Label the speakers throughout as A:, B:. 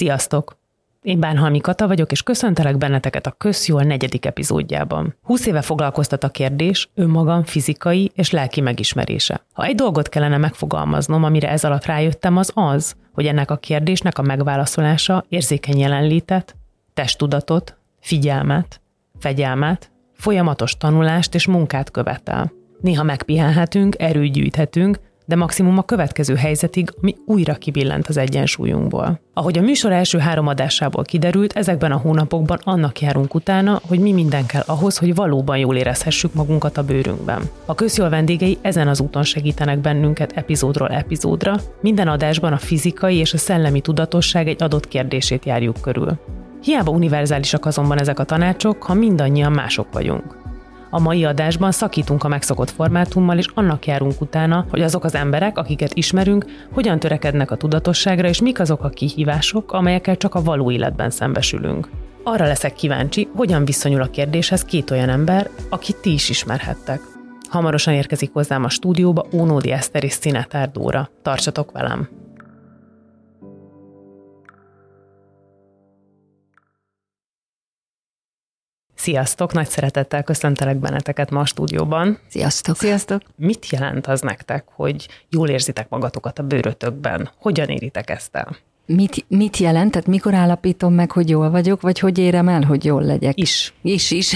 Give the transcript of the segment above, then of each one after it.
A: Sziasztok! Én Bánhalmi Kata vagyok, és köszöntelek benneteket a Közjól 4. epizódjában. 20 éve foglalkoztat a kérdés önmagam fizikai és lelki megismerése. Ha egy dolgot kellene megfogalmaznom, amire ez alatt rájöttem, az, hogy ennek a kérdésnek a megválaszolása érzékeny jelenlétet, testtudatot, figyelmet, fegyelmet, folyamatos tanulást és munkát követel. Néha megpihenhetünk, erőt gyűjthetünk, de maximum a következő helyzetig, ami újra kibillent az egyensúlyunkból. Ahogy a műsor első 3 adásából kiderült, ezekben a hónapokban annak járunk utána, hogy mi minden kell ahhoz, hogy valóban jól érezhessük magunkat a bőrünkben. A Közjól vendégei ezen az úton segítenek bennünket epizódról epizódra, minden adásban a fizikai és a szellemi tudatosság egy adott kérdését járjuk körül. Hiába univerzálisak azonban ezek a tanácsok, ha mindannyian mások vagyunk. A mai adásban szakítunk a megszokott formátummal, és annak járunk utána, hogy azok az emberek, akiket ismerünk, hogyan törekednek a tudatosságra, és mik azok a kihívások, amelyekkel csak a való életben szembesülünk. Arra leszek kíváncsi, hogyan viszonyul a kérdéshez 2 olyan ember, akit ti is ismerhettek. Hamarosan érkezik hozzám a stúdióba Ónódi Eszter és Szinetár Dóra. Tartsatok velem! Sziasztok! Nagy szeretettel köszöntelek benneteket ma a stúdióban.
B: Sziasztok! Sziasztok!
A: Mit jelent az nektek, hogy jól érzitek magatokat a bőrötökben? Hogyan éritek ezt el?
B: Mit jelent? Tehát mikor állapítom meg, hogy jól vagyok, vagy hogy érem el, hogy jól legyek?
A: Is.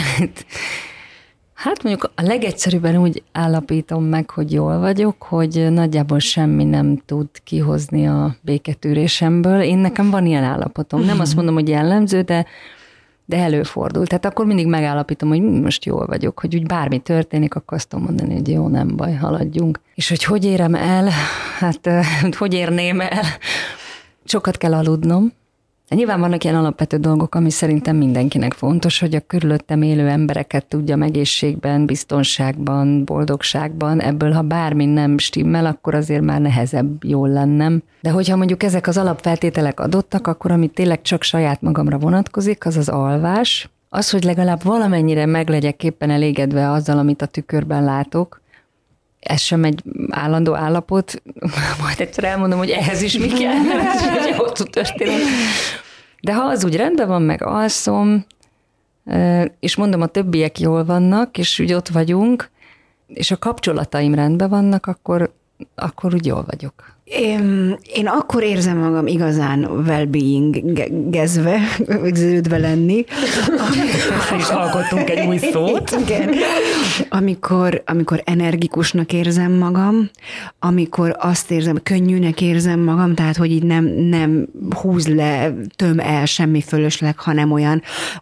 B: Hát mondjuk a legegyszerűbben úgy állapítom meg, hogy jól vagyok, hogy nagyjából semmi nem tud kihozni a béketűrésemből. Nekem van ilyen állapotom. Nem azt mondom, hogy jellemző, de előfordul. Tehát akkor mindig megállapítom, hogy most jól vagyok, hogy úgy bármi történik, akkor azt tudom mondani, hogy jó, nem baj, haladjunk. És hogy érem el, hát hogy érném el, sokat kell aludnom. Nyilván vannak ilyen alapvető dolgok, ami szerintem mindenkinek fontos, hogy a körülöttem élő embereket tudjam egészségben, biztonságban, boldogságban. Ebből, ha bármi nem stimmel, akkor azért már nehezebb jól lennem. De hogyha mondjuk ezek az alapfeltételek adottak, akkor amit tényleg csak saját magamra vonatkozik, az az alvás. Az, hogy legalább valamennyire meg legyek éppen elégedve azzal, amit a tükörben látok. Ez sem egy állandó állapot, majd egyszer elmondom, hogy ehhez is mi kell, mert ez ugye hosszú történet. De ha az úgy rendben van, meg alszom, és mondom, a többiek jól vannak, és úgy ott vagyunk, és a kapcsolataim rendben vannak, akkor úgy jól vagyok.
C: Én akkor érzem magam igazán well-being-gezve, ződve lenni.
A: És alkottunk egy új szót.
C: Igen. Amikor energikusnak érzem magam, amikor azt érzem, könnyűnek érzem magam, tehát hogy így nem húz le, töm el semmi fölösleg, hanem olyan,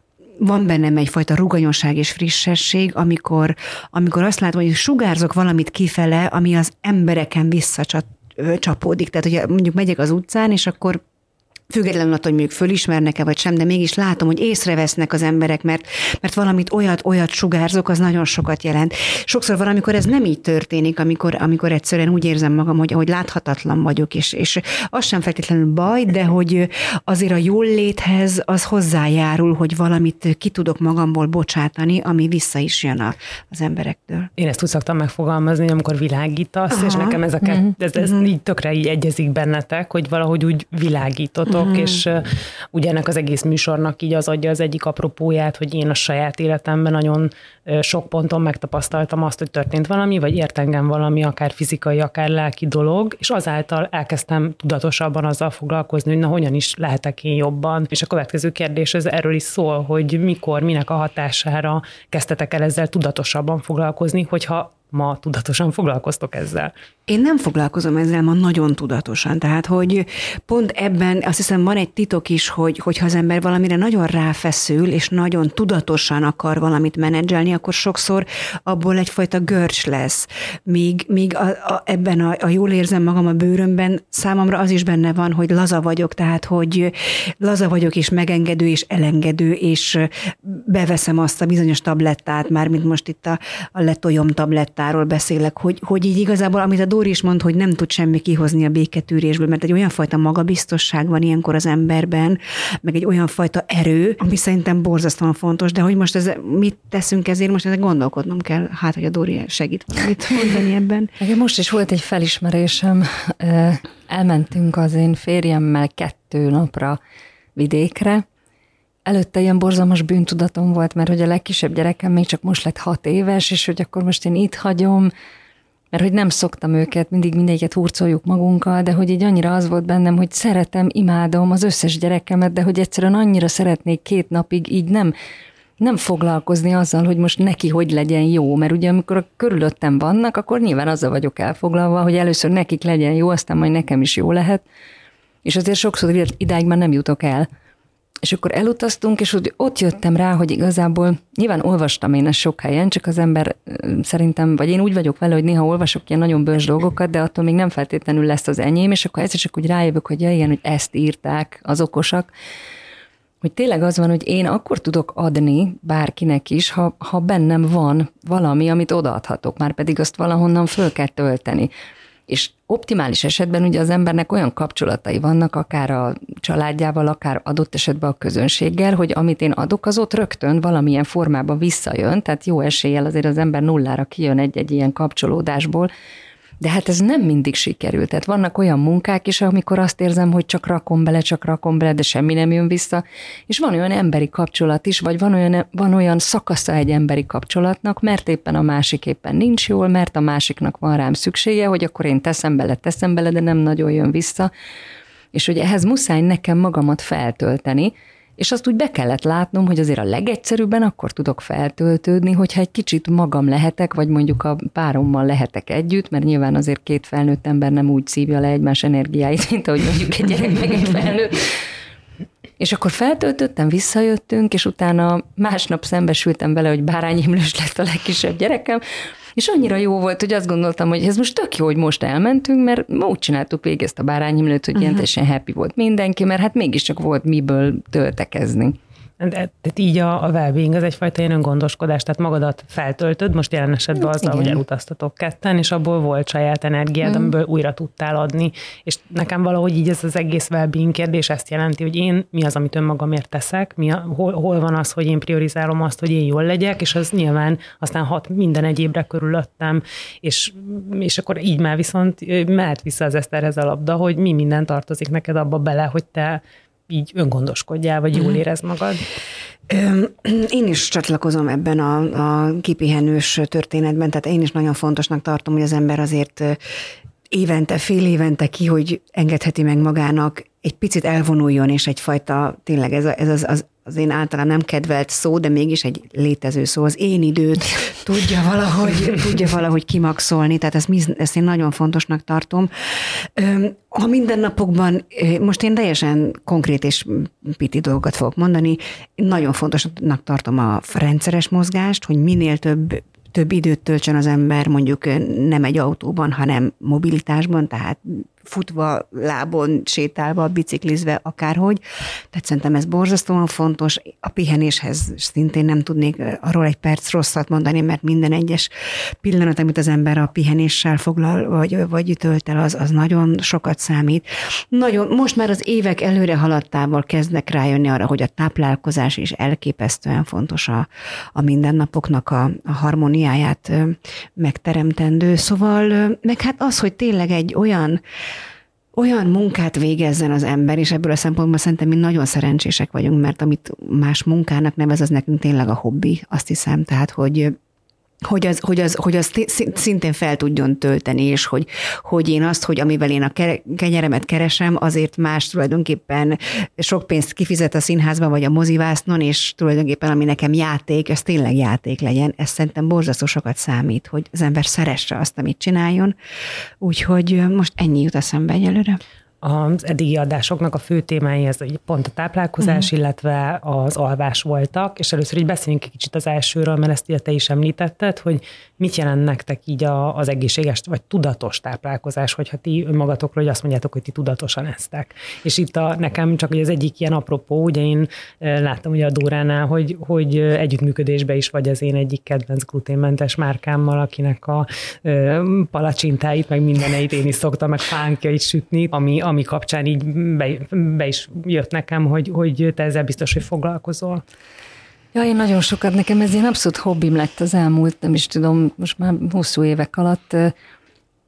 C: van bennem egyfajta ruganyosság és frissesség, amikor azt látom, hogy sugárzok valamit kifele, ami az embereken visszacsapódik. Tehát, hogy mondjuk megyek az utcán, és akkor függetlenül attól, hogy mondjuk fölismernek-e vagy sem, de mégis látom, hogy észrevesznek az emberek, mert valamit olyat sugárzok, az nagyon sokat jelent. Sokszor van, amikor ez nem így történik, amikor egyszerűen úgy érzem magam, hogy láthatatlan vagyok, és az sem feltétlenül baj, de hogy azért a jól léthez az hozzájárul, hogy valamit ki tudok magamból bocsátani, ami vissza is jön az emberektől.
A: Én ezt úgy szoktam megfogalmazni, amikor világítasz, és nekem ez így tökre így egyezik bennetek, hogy valahogy úgy világítotok, és ugye ennek az egész műsornak így az adja az egyik apropóját, hogy én a saját életemben nagyon sok ponton megtapasztaltam azt, hogy történt valami, vagy ért engem valami, akár fizikai, akár lelki dolog, és azáltal elkezdtem tudatosabban azzal foglalkozni, hogy na hogyan is lehetek én jobban. És a következő kérdés ez erről is szól, hogy mikor, minek a hatására kezdtetek el ezzel tudatosabban foglalkozni, hogyha ma tudatosan foglalkoztok ezzel.
C: Én nem foglalkozom ezzel ma nagyon tudatosan, tehát hogy pont ebben azt hiszem van egy titok is, hogy ha az ember valamire nagyon ráfeszül, és nagyon tudatosan akar valamit menedzselni, akkor sokszor abból egyfajta görcs lesz. Míg ebben a jól érzem magam a bőrömben, számomra az is benne van, hogy laza vagyok, tehát hogy laza vagyok, és megengedő, és elengedő, és beveszem azt a bizonyos tablettát, mármint most itt a letoljom tablettáról beszélek, hogy így igazából, amit a Dóri is mond, hogy nem tud semmi kihozni a béketűrésből, mert egy olyan fajta magabiztosság van ilyenkor az emberben, meg egy olyan fajta erő, ami szerintem borzasztóan fontos, de hogy most mit teszünk ezért, most ezzel gondolkodnom kell, hát, hogy a Dóri segít valamit mondani ebben.
B: Most is volt egy felismerésem, elmentünk az én férjemmel 2 napra vidékre. Előtte ilyen borzalmas bűntudatom volt, mert hogy a legkisebb gyerekem még csak most lett 6 éves, és hogy akkor most én itt hagyom, mert hogy nem szoktam őket, mindig mindegyiket hurcoljuk magunkkal, de hogy így annyira az volt bennem, hogy szeretem, imádom az összes gyerekemet, de hogy egyszerűen annyira szeretnék 2 napig így nem foglalkozni azzal, hogy most neki hogy legyen jó, mert ugye amikor körülöttem vannak, akkor nyilván azzal vagyok elfoglalva, hogy először nekik legyen jó, aztán majd nekem is jó lehet, és azért sokszor idáig már nem jutok el. És akkor elutaztunk, és ott jöttem rá, hogy igazából nyilván olvastam én ezt sok helyen, csak az ember szerintem, vagy én úgy vagyok vele, hogy néha olvasok ilyen nagyon bölcs dolgokat, de attól még nem feltétlenül lesz az enyém, és akkor egyszer csak úgy rájövök, hogy ja, igen, hogy ezt írták az okosak, hogy tényleg az van, hogy én akkor tudok adni bárkinek is, ha bennem van valami, amit odaadhatok, már pedig azt valahonnan föl kell tölteni. És optimális esetben ugye az embernek olyan kapcsolatai vannak, akár a családjával, akár adott esetben a közönséggel, hogy amit én adok, az ott rögtön valamilyen formában visszajön, tehát jó eséllyel azért az ember nullára kijön egy ilyen kapcsolódásból, de hát ez nem mindig sikerül. Tehát vannak olyan munkák is, amikor azt érzem, hogy csak rakom bele, de semmi nem jön vissza, és van olyan emberi kapcsolat is, vagy van olyan szakasza egy emberi kapcsolatnak, mert éppen a másik éppen nincs jól, mert a másiknak van rám szüksége, hogy akkor én teszem bele, de nem nagyon jön vissza, és hogy ehhez muszáj nekem magamat feltölteni, és azt úgy be kellett látnom, hogy azért a legegyszerűbben akkor tudok feltöltődni, hogyha egy kicsit magam lehetek, vagy mondjuk a párommal lehetek együtt, mert nyilván azért 2 felnőtt ember nem úgy szívja le egymás energiáit, mint ahogy mondjuk egy gyerek meg egy felnőtt. És akkor feltöltöttem, visszajöttünk, és utána másnap szembesültem vele, hogy bárányhimlős lett a legkisebb gyerekem, és annyira jó volt, hogy azt gondoltam, hogy ez most tök jó, hogy most elmentünk, mert úgy csináltuk végig ezt a bárányhimlőt, hogy ilyen teljesen happy volt mindenki, mert hát mégiscsak volt miből töltekezni.
A: Tehát így a well-being az egyfajta ilyen öngondoskodás, tehát magadat feltöltöd, most jelen esetben azzal, hogy elutaztatok ketten, és abból volt saját energiád, amiből újra tudtál adni, és nekem valahogy így ez az egész well-being kérdés ezt jelenti, hogy én mi az, amit önmagamért teszek, hol van az, hogy én priorizálom azt, hogy én jól legyek, és az nyilván aztán hat minden egyébre körülöttem, és akkor így már viszont mehet vissza az Eszterhez a labda, hogy mi minden tartozik neked abba bele, hogy te így öngondoskodjál, vagy jól érezd magad?
C: Én is csatlakozom ebben a kipihenős történetben, tehát én is nagyon fontosnak tartom, hogy az ember azért évente, fél évente ki, hogy engedheti meg magának, egy picit elvonuljon, és egyfajta, tényleg ez az én általán nem kedvelt szó, de mégis egy létező szó, az én időt tudja valahogy kimaxolni, tehát ezt én nagyon fontosnak tartom. A mindennapokban, most én teljesen konkrét és piti dolgokat fogok mondani, nagyon fontosnak tartom a rendszeres mozgást, hogy minél több időt töltsön az ember mondjuk nem egy autóban, hanem mobilitásban, tehát futva, lábon, sétálva, biciklizve, akárhogy. Tehát szerintem ez borzasztóan fontos. A pihenéshez szintén nem tudnék arról egy perc rosszat mondani, mert minden egyes pillanat, amit az ember a pihenéssel foglal, vagy tölt el, az nagyon sokat számít. Most már az évek előre haladtával kezdek rájönni arra, hogy a táplálkozás is elképesztően fontos a mindennapoknak a harmóniáját megteremtendő. Szóval, meg hát az, hogy tényleg egy olyan munkát végezzen az ember, és ebből a szempontból szerintem mi nagyon szerencsések vagyunk, mert amit más munkának nevez, az nekünk tényleg a hobbi, azt hiszem, tehát hogy az szintén fel tudjon tölteni, és hogy én azt, hogy amivel én a kenyeremet keresem, azért más tulajdonképpen sok pénzt kifizet a színházba, vagy a mozivásznon, és tulajdonképpen ami nekem játék, ez tényleg játék legyen. Ez szerintem borzasztó sokat számít, hogy az ember szeresse azt, amit csináljon. Úgyhogy most ennyi jut eszembe egyelőre.
A: Az eddigi adásoknak a fő témái ez pont a táplálkozás, illetve az alvás voltak, és először így beszéljünk egy kicsit az elsőről, mert ezt ugye te is említetted, hogy mit jelent nektek így az egészséges vagy tudatos táplálkozás, hogyha ti önmagatokról, hogy azt mondjátok, hogy ti tudatosan eztek. És itt nekem csak az egyik ilyen apropó, ugye én láttam ugye a Dóránál, hogy együttműködésben is vagy az én egyik kedvenc gluténmentes márkámmal, akinek a palacsintáit, meg mindeneit én is szoktam, meg fánkjait sütni, ami kapcsán így be is jött nekem, hogy te ezzel biztos, hogy foglalkozol.
B: Ja, én nagyon sokat, nekem ez ilyen abszolút hobbim lett az elmúlt, nem is tudom, most már hosszú évek alatt.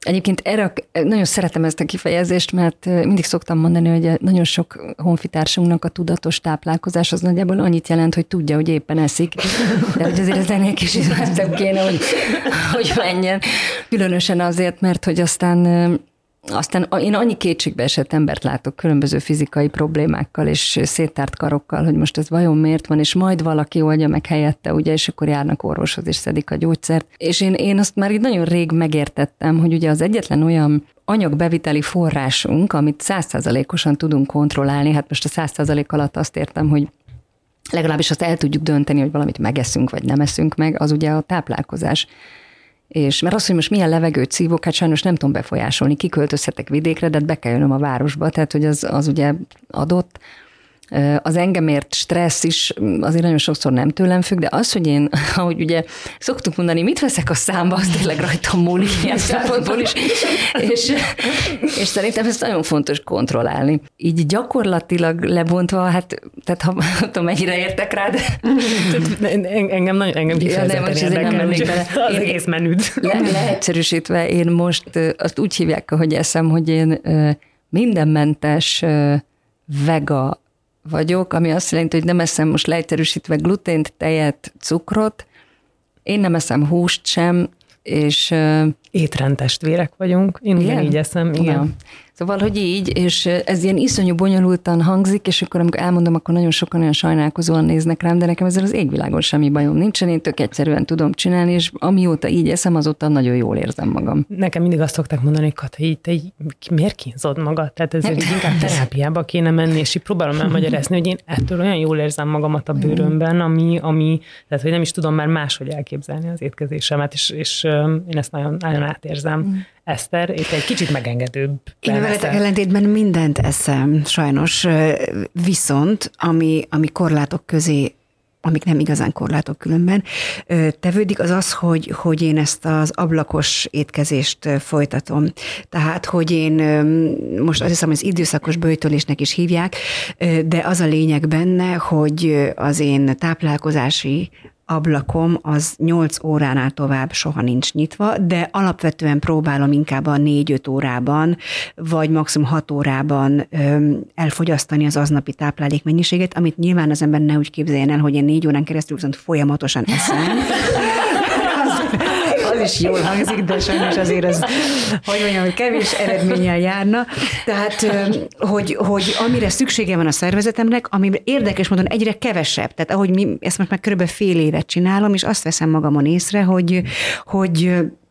B: Egyébként erre nagyon szeretem ezt a kifejezést, mert mindig szoktam mondani, hogy nagyon sok honfitársunknak a tudatos táplálkozás az nagyjából annyit jelent, hogy tudja, hogy éppen eszik, de hogy azért ez ennél kicsit messzebb kéne, hogy menjen. Különösen azért, mert hogy aztán én annyi kétségbe esett embert látok különböző fizikai problémákkal és széttárt karokkal, hogy most ez vajon miért van, és majd valaki oldja meg helyette, ugye, és akkor járnak orvoshoz és szedik a gyógyszert. És én azt már így nagyon rég megértettem, hogy ugye az egyetlen olyan anyagbeviteli forrásunk, amit 100%-osan tudunk kontrollálni, hát most a 100% alatt azt értem, hogy legalábbis azt el tudjuk dönteni, hogy valamit megeszünk, vagy nem eszünk meg, az ugye a táplálkozás. És mert az, hogy most milyen levegőt szívok, hát sajnos nem tudom befolyásolni, kiköltözhetek vidékre, de be kell jönnöm a városba, tehát hogy az ugye adott. Az engemért stressz is azért nagyon sokszor nem tőlem függ, de az, hogy én, ahogy ugye szoktuk mondani, mit veszek a számba, az tényleg rajtam múlik ilyen szempontból is, és szerintem ezt nagyon fontos kontrollálni. Így gyakorlatilag lebontva, hát, tehát ha tudom, mennyire értek rá, de...
A: Engem kifejezetten érdekel, az egész menüd.
B: Leegyszerűsítve én most azt úgy hívják, hogy eszem, hogy én mindenmentes vega vagyok, ami azt jelenti, hogy nem eszem most leegyszerűsítve glutént, tejet, cukrot, én nem eszem húst sem, és...
A: Étrendtestvérek vagyunk, én ugyanígy eszem, igen.
B: Ja. Szóval, hogy így, és ez ilyen iszonyú bonyolultan hangzik, és akkor amikor elmondom, akkor nagyon sokan olyan sajnálkozóan néznek rám, de nekem ezzel az égvilágon semmi bajom nincsen, én tök egyszerűen tudom csinálni, és amióta így eszem, azóta nagyon jól érzem magam.
A: Nekem mindig azt szokták mondani, hogy Kata, te miért kínzod magad? Tehát ezért inkább terápiába kéne menni, és így próbálom elmagyarázni, hogy én ettől olyan jól érzem magamat a bőrömben, ami tehát hogy nem is tudom már máshogy elképzelni az étkezésemet, és én ezt nagyon, nagyon átérzem. Eszter, itt egy kicsit megengedőbb.
C: Én veletek ellentétben mindent eszem, sajnos, viszont ami korlátok közé, amik nem igazán korlátok különben, tevődik, az az, hogy én ezt az ablakos étkezést folytatom. Tehát, hogy én most azt hiszem, hogy az időszakos böjtölésnek is hívják, de az a lényeg benne, hogy az én táplálkozási ablakom az 8 óránál tovább soha nincs nyitva, de alapvetően próbálom inkább a 4-5 órában, vagy maximum 6 órában elfogyasztani az aznapi táplálékmennyiséget, amit nyilván az ember ne úgy képzeljen el, hogy én 4 órán keresztül viszont folyamatosan eszem. Az is jól hangzik, de sajnos azért az, hogy mondjam, hogy kevés eredménnyel járna. Tehát, hogy amire szüksége van a szervezetemnek, ami érdekes módon egyre kevesebb. Tehát ahogy ezt most már körülbelül fél évet csinálom, és azt veszem magamon észre, hogy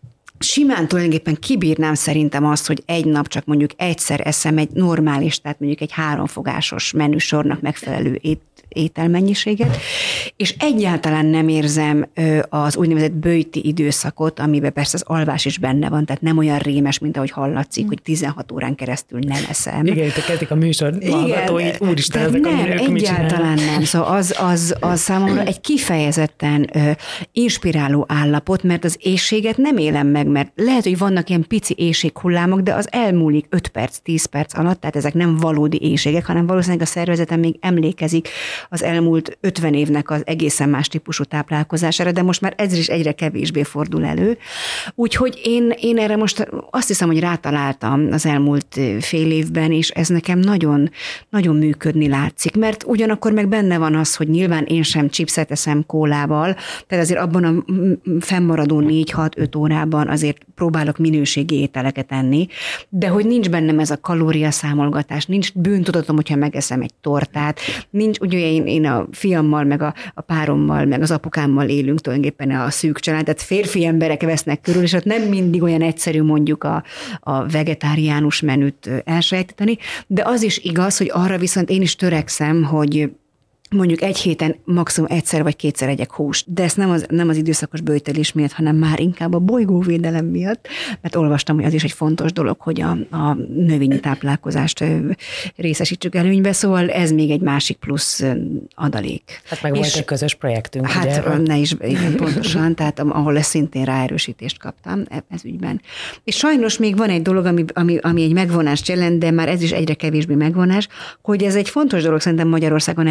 C: simán tulajdonképpen kibírnám szerintem azt, hogy egy nap csak mondjuk egyszer eszem egy normális, tehát mondjuk egy 3 fogásos menüsornak megfelelő ételmennyiséget, és egyáltalán nem érzem az úgynevezett böjti időszakot, amiben persze az alvás is benne van, tehát nem olyan rémes, mint ahogy hallatszik, hogy 16 órán keresztül nem eszem.
A: Igen, itt kezdik a műsor hallgatói, úristen, ezek a nők
C: egyáltalán nem. Szóval az számomra egy kifejezetten inspiráló állapot, mert az éhséget nem élem meg, mert lehet, hogy vannak ilyen pici éhséghullámok, de az elmúlik 5 perc, 10 perc alatt, tehát ezek nem valódi éhségek, hanem valószínűleg a szervezetem még emlékezik az elmúlt 50 évnek az egészen más típusú táplálkozására, de most már ez is egyre kevésbé fordul elő. Úgyhogy én erre most azt hiszem, hogy rátaláltam az elmúlt fél évben, és ez nekem nagyon, nagyon működni látszik, mert ugyanakkor meg benne van az, hogy nyilván én sem chipset eszem kólával, tehát azért abban a fennmaradó 4-6-5 órában azért próbálok minőségi ételeket enni, de hogy nincs bennem ez a kalóriaszámolgatás, nincs bűntudatom, hogyha megeszem egy tortát, nincs, ugye én a fiammal, meg a párommal, meg az apukámmal élünk tulajdonképpen a szűk család, tehát férfi emberek vesznek körül, és ott nem mindig olyan egyszerű mondjuk a vegetáriánus menüt elsajátítani, de az is igaz, hogy arra viszont én is törekszem, hogy mondjuk egy héten maximum egyszer vagy kétszer egyek húst. De ezt nem az időszakos böjtölés miatt, hanem már inkább a bolygóvédelem miatt, mert olvastam, hogy az is egy fontos dolog, hogy a növényi táplálkozást részesítsük előnybe, szóval ez még egy másik plusz adalék.
A: Hát meg volt egy közös projektünk.
C: Hát ugye, ne is, igen, pontosan, tehát ahol ezt szintén ráerősítést kaptam ez ügyben. És sajnos még van egy dolog, ami egy megvonást jelent, de már ez is egyre kevésbé megvonás, hogy ez egy fontos dolog szerintem Magyarországon erről beszélni,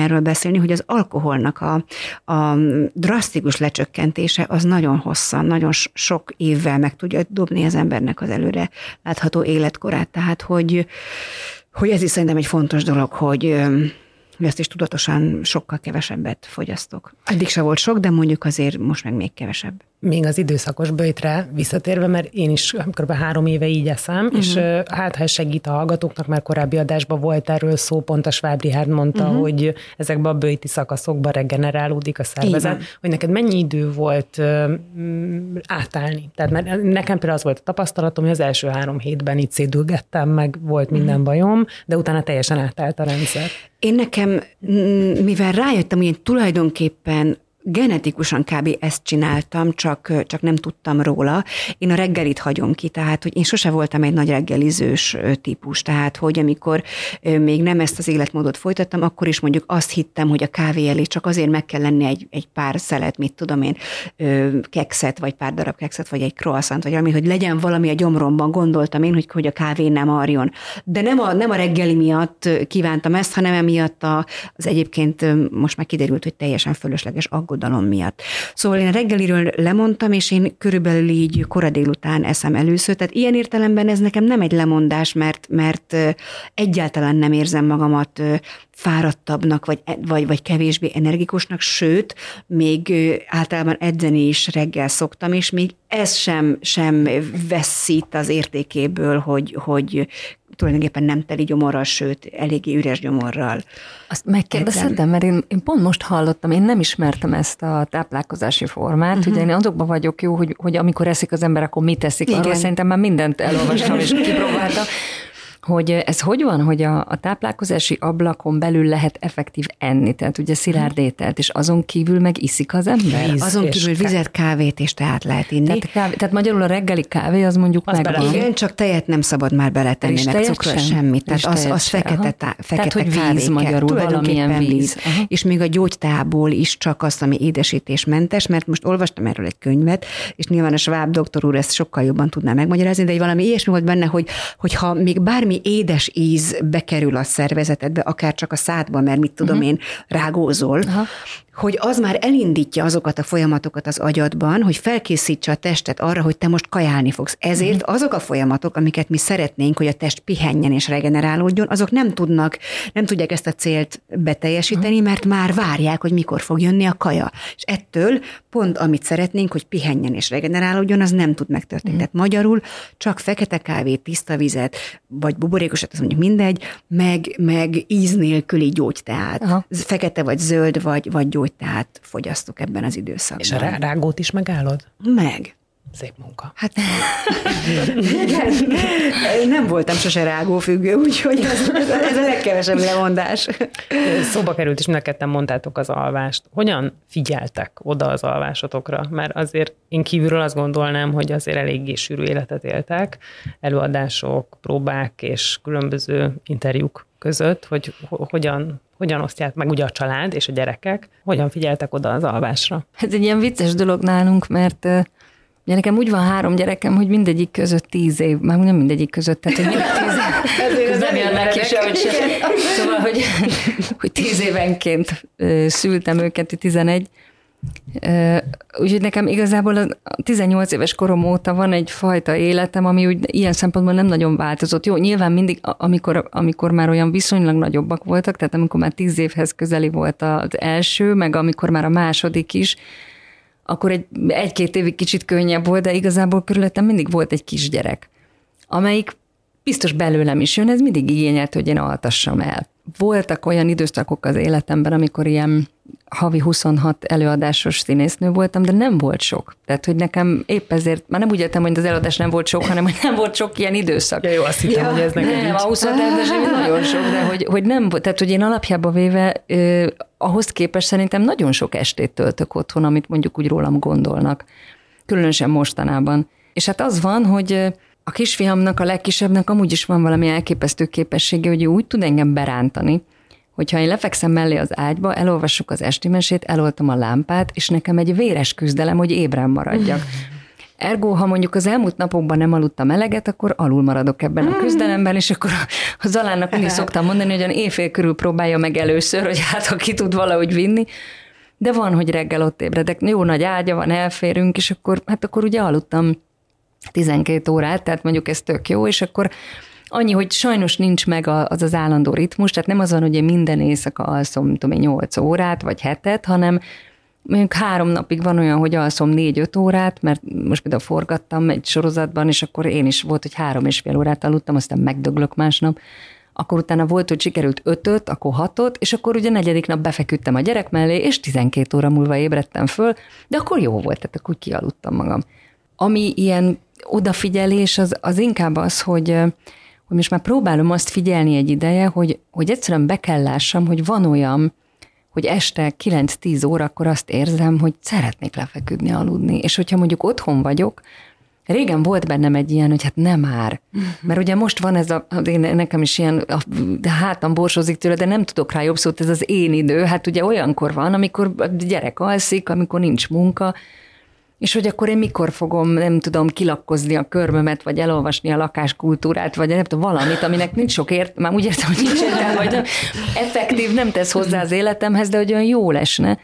C: beszélni, hogy az alkoholnak a drasztikus lecsökkentése az nagyon hosszan, nagyon sok évvel meg tudja dobni az embernek az előre látható életkorát. Tehát, hogy ez is szerintem egy fontos dolog, hogy ezt is tudatosan sokkal kevesebbet fogyasztok. Eddig se volt sok, de mondjuk azért most meg még kevesebb.
A: Még az időszakos böjtre visszatérve, mert én is kb. 3 éve így eszem, és hát ha segít a hallgatóknak, mert korábbi adásban volt erről szó, pont a Schwab Richard mondta, hogy ezekben a böjti szakaszokban regenerálódik a szervezet, hogy neked mennyi idő volt átállni. Tehát mert nekem például az volt a tapasztalatom, hogy az első 3 hétben itt szédülgettem, meg volt minden bajom, de utána teljesen átállt a rendszer.
C: Én nekem, mivel rájöttem, hogy én tulajdonképpen genetikusan kb. Ezt csináltam, csak nem tudtam róla. Én a reggelit hagyom ki, tehát hogy én sose voltam egy nagy reggelizős típus, tehát hogy amikor még nem ezt az életmódot folytattam, akkor is mondjuk azt hittem, hogy a kávé elé csak azért meg kell lenni egy pár szelet, mit tudom én, kekszet, vagy pár darab kekszet, vagy egy croissant, vagy valami, hogy legyen valami a gyomromban, gondoltam én, hogy a kávé nem arjon. De nem a reggeli miatt kívántam ezt, hanem emiatt az egyébként most már kiderült, hogy teljesen fölösleges aggodalom miatt. Szóval én reggeliről lemondtam, és én körülbelül így kora délután eszem először. Tehát ilyen értelemben ez nekem nem egy lemondás, mert egyáltalán nem érzem magamat fáradtabbnak, vagy kevésbé energikusnak, sőt, még általában edzeni is reggel szoktam, és még ez sem veszít az értékéből, hogy tulajdonképpen nem teli gyomorral, sőt, eléggé üres gyomorral.
B: Azt megkérdezhetem, mert én pont most hallottam, én nem ismertem ezt a táplálkozási formát, ugye én azokban vagyok jó, hogy amikor eszik az ember, akkor mit eszik, arról szerintem már mindent elolvastam és kipróbáltam. Hogy ez hogy van, hogy a táplálkozási ablakon belül lehet effektív enni, tehát ugye szilárd ételt, és azon kívül meg iszik az ember?
C: Azon kívül vizet, kávét és teát lehet inni.
B: Tehát magyarul a reggeli kávé az mondjuk megvan.
C: Igen, csak tejet nem szabad már beletenni, meg cukrot semmit. Tehát az fekete
B: tehát, hogy
C: kávé
B: víz magyarul, valamilyen víz.
C: És még a gyógytából is csak azt, ami édesítésmentes, mert most olvastam erről egy könyvet, és nyilván a Schwab doktor úr ezt sokkal jobban tudná megmagyarázni, de valami ilyesmi volt benne, hogy ha még bármi édes íz bekerül a szervezetedbe, akár csak a szádba, mert mit tudom én, rágózol, hogy az már elindítja azokat a folyamatokat az agyadban, hogy felkészítse a testet arra, hogy te most kajálni fogsz. Ezért azok a folyamatok, amiket mi szeretnénk, hogy a test pihenjen és regenerálódjon, azok nem tudják ezt a célt beteljesíteni, mert már várják, hogy mikor fog jönni a kaja. És ettől pont amit szeretnénk, hogy pihenjen és regenerálódjon, az nem tud megtörténni. Tehát magyarul csak fekete kávét, tiszta vizet, vagy buborékosat, az mondjuk mindegy, meg íz nélküli gyógyteát. Fekete vagy zöld, vagy gyógyteát fogyasztok ebben az időszakban.
A: És a rágót is megállod?
C: Meg.
A: Szép munka.
C: Hát nem voltam sose rágófüggő, úgyhogy ez a legkevesebb lemondás.
A: Szóba került, és mind a ketten mondtátok az alvást. Hogyan figyeltek oda az alvásotokra? Mert azért én kívülről azt gondolnám, hogy azért eléggé sűrű életet éltek, előadások, próbák és különböző interjúk között, hogy hogyan osztják meg ugye a család és a gyerekek, hogyan figyeltek oda az alvásra?
B: Ez egy ilyen vicces dolog nálunk, mert ugye nekem úgy van 3 gyerekem, hogy mindegyik között 10 év, már nem mindegyik között, tehát hogy mindig 10 év. Ez nem jön neki sehogy se. Szóval, hogy 10 évenként szültem őket, 11. Úgyhogy nekem igazából a 18 éves korom óta van egy fajta életem, ami úgy ilyen szempontból nem nagyon változott. Jó, nyilván mindig, amikor már olyan viszonylag nagyobbak voltak, tehát amikor már 10 évhez közeli volt az első, meg amikor már a második is, akkor egy-két évig kicsit könnyebb volt, de igazából körülöttem mindig volt egy kisgyerek, amelyik biztos belőlem is jön, ez mindig igényelt, hogy én altassam el. Voltak olyan időszakok az életemben, amikor ilyen havi 26 előadásos színésznő voltam, de nem volt sok. Tehát, hogy nekem épp ezért, már nem úgy értem, hogy az előadás nem volt sok, hanem hogy nem volt sok ilyen időszak.
A: Ja, jó, azt hittem, hogy ez neked
B: nem, a 26 előadás nagyon sok, de hogy nem volt. Tehát, hogy én alapjában véve ahhoz képest szerintem nagyon sok estét töltök otthon, amit mondjuk úgy rólam gondolnak. Különösen mostanában. És hát az van, hogy a kisfiamnak, a legkisebbnek amúgy is van valami elképesztő képessége, hogy ő úgy tud engem berántani, hogyha én lefekszem mellé az ágyba, elolvassuk az esti mesét, eloltom a lámpát, és nekem egy véres küzdelem, hogy ébren maradjak. Ergo, ha mondjuk az elmúlt napokban nem aludtam eleget, akkor alul maradok ebben a küzdelemben, és akkor a Zalánnak mindig szoktam mondani, hogy olyan éjfél körül próbálja meg először, hogy hát ha ki tud valahogy vinni, de van, hogy reggel ott ébredek, jó nagy ágya van, elférünk, és akkor ugye aludtam 12 órát, tehát mondjuk ez tök jó, és akkor annyi, hogy sajnos nincs meg az állandó ritmus, tehát nem az van, hogy én minden éjszaka alszom, 8 órát, vagy 7-et, hanem mondjuk 3 napig van olyan, hogy alszom 4-5 órát, mert most például forgattam egy sorozatban, és akkor én is volt, hogy 3,5 órát aludtam, aztán megdöglök másnap, akkor utána volt, hogy sikerült 5-öt, akkor 6-ot, és akkor ugye 4. nap befeküdtem a gyerek mellé, és 12 óra múlva ébredtem föl, de akkor jó volt, tehát akkor kialudtam magam. Ami ilyen odafigyelés, az inkább az, hogy most már próbálom azt figyelni egy ideje, hogy egyszerűen be kell lássam, hogy van olyan, hogy este 9-10 órakor azt érzem, hogy szeretnék lefeküdni, aludni. És hogyha mondjuk otthon vagyok, régen volt bennem egy ilyen, hogy hát nem már. Mert ugye most van ez nekem is ilyen, a hátam borsózik tőle, de nem tudok rá jobb szót, ez az én idő. Hát ugye olyankor van, amikor a gyerek alszik, amikor nincs munka, és hogy akkor én mikor fogom, nem tudom, kilakkozni a körmömet, vagy elolvasni a lakáskultúrát, vagy nem tudom, valamit, aminek nincs sok már úgy értem, hogy nincs értelme, vagy nem, effektív, nem tesz hozzá az életemhez, de hogy olyan jól esne.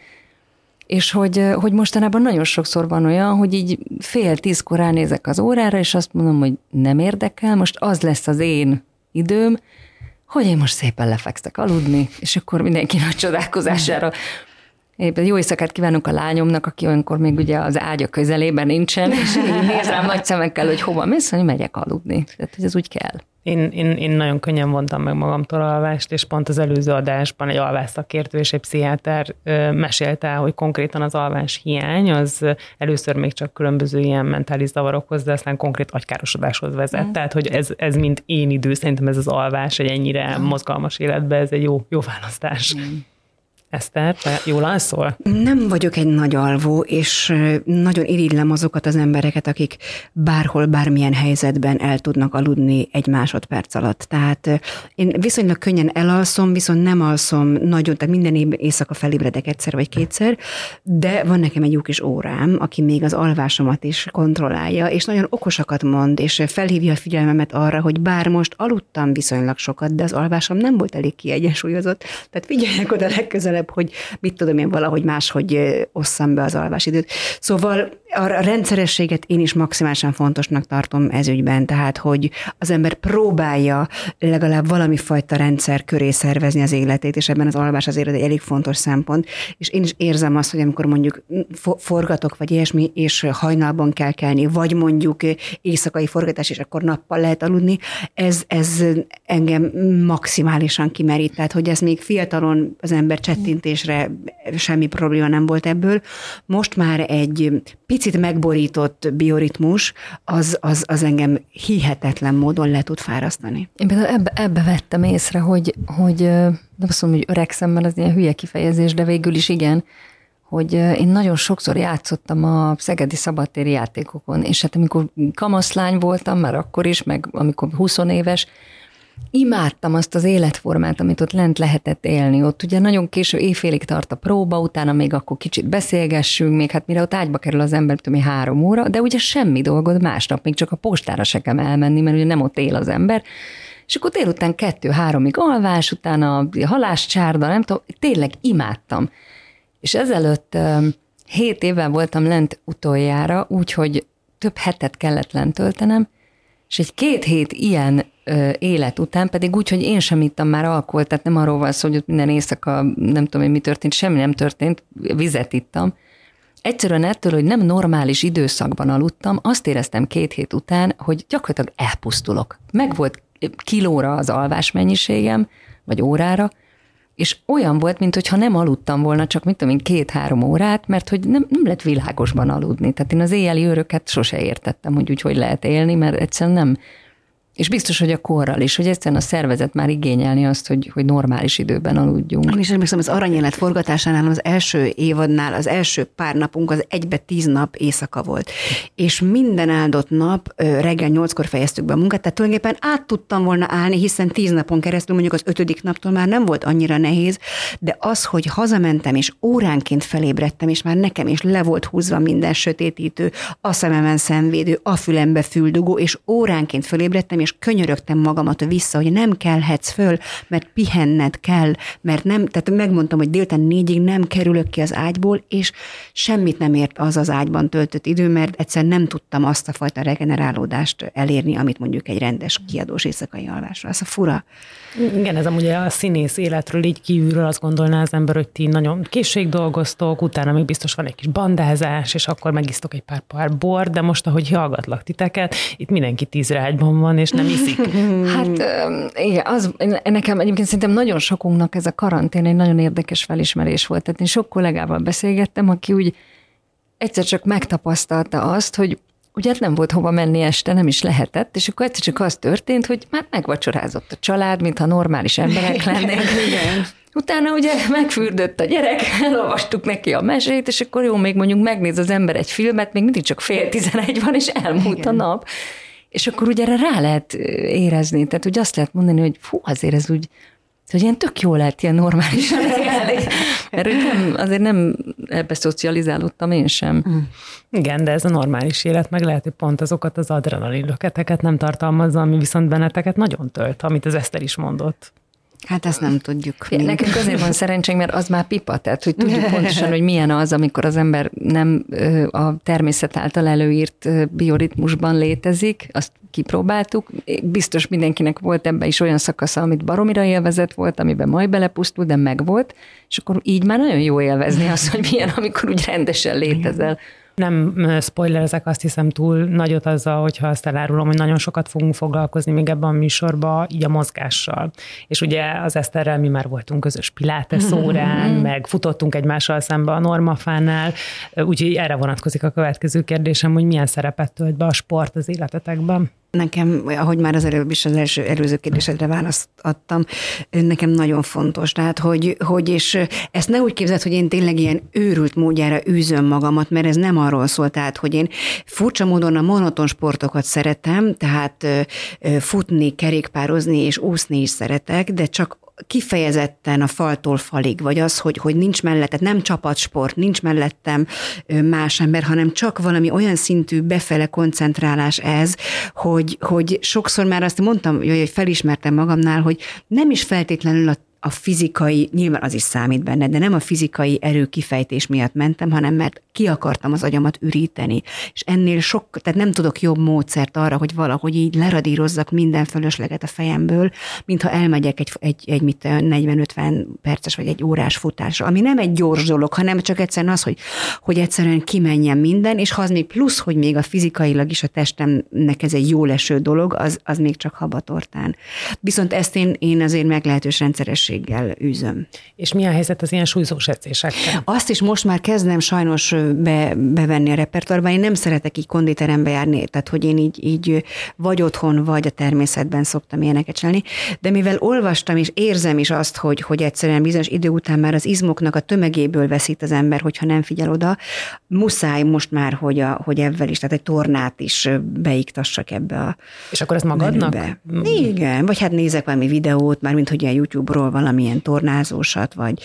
B: És hogy mostanában nagyon sokszor van olyan, hogy így 9:30 ránézek az órára, és azt mondom, hogy nem érdekel, most az lesz az én időm, hogy én most szépen lefekszek aludni, és akkor mindenki nagy csodálkozására éppen jó éjszakát kívánok a lányomnak, aki olyankor még ugye az ágya közelében nincsen, és így néz rám nagy szemekkel, hogy hova mész, hogy megyek aludni. Tehát, hogy ez úgy kell.
A: Én nagyon könnyen vontam meg magamtól alvást, és pont az előző adásban egy alvásszakértő és egy pszichiáter mesélte el, hogy konkrétan az alvás hiány, az először még csak különböző ilyen mentális zavarokhoz, de aztán konkrét agykárosodáshoz vezet. Tehát, hogy ez mint én idő, szerintem ez az alvás, egy ennyire mozgalmas életben, ez egy jó választás. Eszter, te jól alszol?
C: Nem vagyok egy nagy alvó, és nagyon irigylem azokat az embereket, akik bárhol, bármilyen helyzetben el tudnak aludni 1 másodperc alatt. Tehát én viszonylag könnyen elalszom, viszont nem alszom nagyon, tehát minden éjszaka felébredek 1 vagy 2, de van nekem egy jó kis órám, aki még az alvásomat is kontrollálja, és nagyon okosakat mond, és felhívja a figyelmemet arra, hogy bár most aludtam viszonylag sokat, de az alvásom nem volt elég kiegyensúlyozott, tehát figyeljenek oda legközelebb, hogy mit tudom én valahogy máshogy osszam be az alvásidőt. Szóval a rendszerességet én is maximálisan fontosnak tartom ez ügyben, tehát hogy az ember próbálja legalább valami fajta rendszer köré szervezni az életét, és ebben az alvás azért egy elég fontos szempont, és én is érzem azt, hogy amikor mondjuk forgatok, vagy ilyesmi, és hajnalban kell kelni, vagy mondjuk éjszakai forgatás, és akkor nappal lehet aludni, ez engem maximálisan kimerít, tehát hogy ez még fiatalon az ember csettintésre semmi probléma nem volt ebből. Most már egy picit megborított bioritmus, az engem hihetetlen módon le tud fárasztani.
B: Én például ebbe vettem észre, hogy nem azt mondom, hogy öregszem, mert az ilyen hülye kifejezés, de végül is igen, hogy én nagyon sokszor játszottam a szegedi szabadtéri játékokon, és hát amikor kamaszlány voltam, már akkor is, meg amikor 20 éves, imádtam azt az életformát, amit ott lent lehetett élni. Ott ugye nagyon késő éjfélig tart a próba, utána még akkor kicsit beszélgessünk, még hát mire ott ágyba kerül az ember, tudom, 3 óra, de ugye semmi dolgod másnap, még csak a postára se kell elmenni, mert ugye nem ott él az ember. És akkor délután 2-3-ig alvás, utána halászcsárda, nem tudom, tényleg imádtam. És ezelőtt 7 évvel voltam lent utoljára, úgyhogy több hetet kellett lent töltenem, és egy 2 hét ilyen élet után pedig úgy, hogy én sem ittam már alkoholt, tehát nem arról van szó, hogy ott minden éjszaka nem tudom én mi történt, semmi nem történt, vizet ittam. Egyszerűen ettől, hogy nem normális időszakban aludtam, azt éreztem 2 hét után, hogy gyakorlatilag elpusztulok. Meg volt kilóra az alvásmennyiségem, vagy órára, és olyan volt, mintha nem aludtam volna, csak mit tudom én 2-3 órát, mert hogy nem lett világosban aludni. Tehát én az éjjeli őröket sose értettem, hogy úgy hogy lehet élni, mert egyszerűen És biztos, hogy a korral is, hogy egyszerűen a szervezet már igényelni azt, hogy normális időben aludjunk.
C: Én is emlékszem, az Aranyélet forgatásánál az első évadnál az első pár napunk az 10 nap éjszaka volt. És minden áldott nap reggel 8-kor fejeztük be a munkát, tehát tulajdonképpen át tudtam volna állni, hiszen 10 napon keresztül, mondjuk az 5. naptól már nem volt annyira nehéz, de az, hogy hazamentem, és óránként felébredtem, és már nekem is le volt húzva minden sötétítő, a szememen szemvédő, a fülembe füldugó, és óránként felébredtem, és könyörögtem magamat vissza, hogy nem kelhetsz föl, mert pihenned kell, mert nem, tehát megmondtam, hogy délután 4-ig nem kerülök ki az ágyból, és semmit nem ért az ágyban töltött idő, mert egyszer nem tudtam azt a fajta regenerálódást elérni, amit mondjuk egy rendes kiadós éjszakai alvásra. Az a fura.
A: Igen, ez amúgy a színész életről így kívülről azt gondolná az ember, hogy ti nagyon későig dolgoztok, utána még biztos van egy kis bandázás, és akkor megisztok egy pár bort, de most, ahogy hallgatlak titeket, itt mindenki 10 ágyban van, és nem iszik.
B: Hát igen, nekem egyébként szerintem nagyon sokunknak ez a karantén egy nagyon érdekes felismerés volt. Tehát én sok kollégával beszélgettem, aki úgy egyszer csak megtapasztalta azt, hogy ugye nem volt hova menni este, nem is lehetett, és akkor egyszer csak az történt, hogy már megvacsorázott a család, mintha normális emberek lennénk. Utána ugye megfürdött a gyerek, elolvastuk neki a mesét, és akkor jó, még mondjuk megnéz az ember egy filmet, még mindig csak 10:30 van, és elmúlt a nap. És akkor ugye erre rá lehet érezni, tehát ugye azt lehet mondani, hogy fú, azért ez úgy, hogy ilyen tök jól lehet ilyen normálisan reagálni. Mert azért nem ebbe szocializálódtam én sem.
A: Igen, de ez a normális élet meg lehet, hogy pont azokat az adrenalin löketeket nem tartalmazza, ami viszont benneteket nagyon tölt, amit az Eszter is mondott.
C: Hát ezt nem tudjuk.
B: Nekünk azért van szerencsénk, mert az már pipa, tehát hogy tudjuk pontosan, hogy milyen az, amikor az ember nem a természet által előírt bioritmusban létezik, azt kipróbáltuk. Biztos mindenkinek volt ebben is olyan szakasza, amit baromira élvezett volt, amiben majd belepusztul, de megvolt, és akkor így már nagyon jó élvezni azt, hogy milyen, amikor úgy rendesen létezel.
A: Nem spoilerezek, azt hiszem túl nagyot azzal, hogyha azt elárulom, hogy nagyon sokat fogunk foglalkozni még ebben a műsorban, így a mozgással. És ugye az Eszterrel mi már voltunk közös pilates órán, meg futottunk egymással szembe a Normafánál, úgyhogy erre vonatkozik a következő kérdésem, hogy milyen szerepet tölt be a sport az életetekben.
C: Nekem, ahogy már az előbb is az előző kérdésedre választ adtam, nekem nagyon fontos. Tehát, hogy és ezt ne úgy képzeld, hogy én tényleg ilyen őrült módjára űzöm magamat, mert ez nem arról szól, tehát, hogy én furcsa módon a monoton sportokat szeretem, tehát futni, kerékpározni és úszni is szeretek, de csak kifejezetten a faltól falig, vagy az, hogy nincs mellettem, nem csapatsport, nincs mellettem más ember, hanem csak valami olyan szintű befele koncentrálás ez, hogy sokszor már azt mondtam, hogy felismertem magamnál, hogy nem is feltétlenül a fizikai, nyilván az is számít benne, de nem a fizikai erő kifejtés miatt mentem, hanem mert ki akartam az agyamat üríteni. És ennél tehát nem tudok jobb módszert arra, hogy valahogy így leradírozzak minden fölösleget a fejemből, mintha elmegyek egy 40-50 perces vagy egy órás futásra, ami nem egy gyors dolog, hanem csak egyszerűen az, hogy egyszerűen kimenjen minden, és ha az még plusz, hogy még a fizikailag is a testemnek ez egy jól eső dolog, az még csak habatortán. Viszont ezt én azért meglehetős rendszerességgel űzöm.
A: És mi a helyzet az ilyen súlyzós edzésekkel?
C: Azt is most már kezdem sajnos bevenni a repertoárba. Én nem szeretek így konditerembe járni, tehát hogy én így vagy otthon, vagy a természetben szoktam ilyeneket csinálni, de mivel olvastam és érzem is azt, hogy egyszerűen bizonyos idő után már az izmoknak a tömegéből veszít az ember, hogyha nem figyel oda, muszáj most már, hogy ebben is, tehát egy tornát is beiktassak ebbe a
A: És akkor ezt magadnak?
C: Menübe. Igen, vagy hát nézek valami videót, már mint hogy a YouTube-ról valamilyen tornázósat, vagy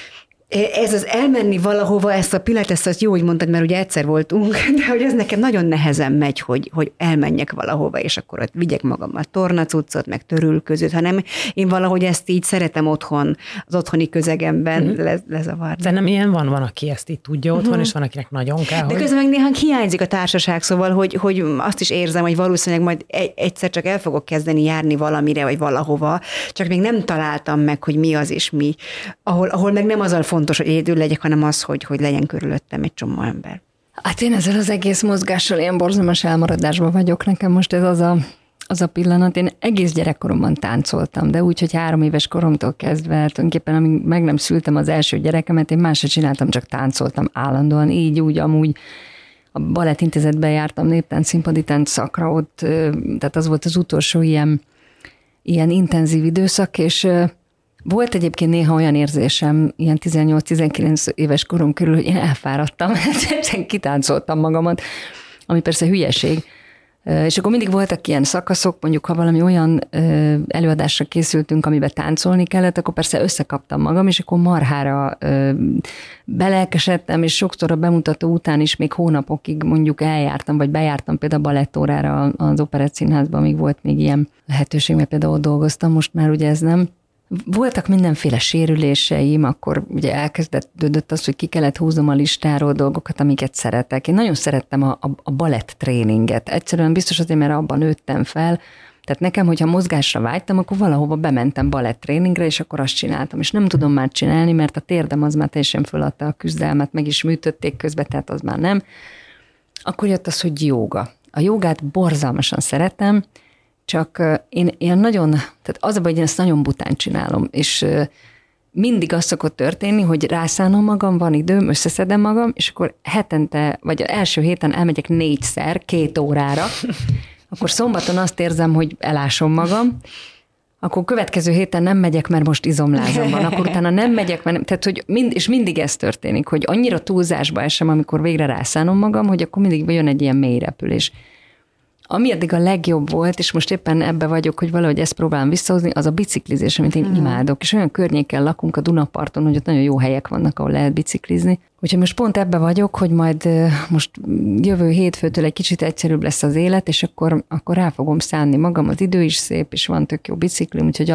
C: ez az elmenni valahova, ezt a pilates, azt jó, hogy mondtad, mert ugye egyszer voltunk, de hogy ez nekem nagyon nehezen megy, hogy elmenjek valahova, és akkor ott vigyek magammal tornacuccot, meg törülközőt, hanem én valahogy ezt így szeretem otthon, az otthoni közegemben lezavarni.
A: De nem ilyen van, aki ezt így tudja otthon, és van, akinek nagyon kell.
C: De közben meg néha hiányzik a társaság, szóval, hogy azt is érzem, hogy valószínűleg majd egyszer csak el fogok kezdeni járni valamire, vagy valahova, csak még nem találtam meg, hogy mi az és mi. Ahol meg nem azzal fontos, hogy egyedül legyek, hanem az, hogy legyen körülöttem egy csomó ember.
B: Hát én ezzel az egész mozgással ilyen borzalmas elmaradásban vagyok. Nekem most ez az a pillanat. Én egész gyerekkoromban táncoltam, de úgy, hogy 3 éves koromtól kezdve, tulajdonképpen amíg meg nem szültem az első gyerekemet, én más sem csináltam, csak táncoltam állandóan, így, úgy, amúgy. a Balettintézetben jártam néptánc, színpadi tánc szakra, ott, tehát az volt az utolsó ilyen intenzív időszak, és volt egyébként néha olyan érzésem, ilyen 18-19 éves korom körül, hogy én elfáradtam, egyszerűen kitáncoltam magamat, ami persze hülyeség. És akkor mindig voltak ilyen szakaszok, mondjuk ha valami olyan előadásra készültünk, amiben táncolni kellett, akkor persze összekaptam magam, és akkor marhára belelkesedtem, és sokszor a bemutató után is még hónapokig mondjuk eljártam, vagy bejártam például balettórára az Operett Színházban, amíg volt még ilyen lehetőség, mert például ott dolgoztam, most már ugye ez nem. Voltak mindenféle sérüléseim, akkor ugye elkezdődött az, hogy ki kellett húznom a listáról dolgokat, amiket szeretek. Én nagyon szerettem a balett tréninget. Egyszerűen biztos azért, mert abban nőttem fel. Tehát nekem, hogyha mozgásra vágytam, akkor valahova bementem balett tréningre, és akkor azt csináltam. És nem tudom már csinálni, mert a térdem az már teljesen föladta a küzdelmet, meg is műtötték közben, tehát az már nem. Akkor jött az, hogy jóga. A jogát borzalmasan szeretem, csak én nagyon, tehát az a baj, hogy én ezt nagyon bután csinálom, és mindig az szokott történni, hogy rászánom magam, van időm, összeszedem magam, és akkor hetente, vagy első héten elmegyek 4-szer, 2 órára, akkor szombaton azt érzem, hogy elásom magam, akkor következő héten nem megyek, mert most izomlázom van, akkor utána nem megyek, mert nem, tehát, hogy és mindig ez történik, hogy annyira túlzásba esem, amikor végre rászánom magam, hogy akkor mindig jön egy ilyen mély repülés. Ami eddig a legjobb volt, és most éppen ebbe vagyok, hogy valahogy ezt próbálom visszahozni, az a biciklizés, amit én imádok. És olyan környéken lakunk a Dunaparton, hogy ott nagyon jó helyek vannak, ahol lehet biciklizni. Úgyhogy most pont ebbe vagyok, hogy majd most jövő hétfőtől egy kicsit egyszerűbb lesz az élet, és akkor rá fogom szánni magam, az idő is szép, és van tök jó biciklim, úgyhogy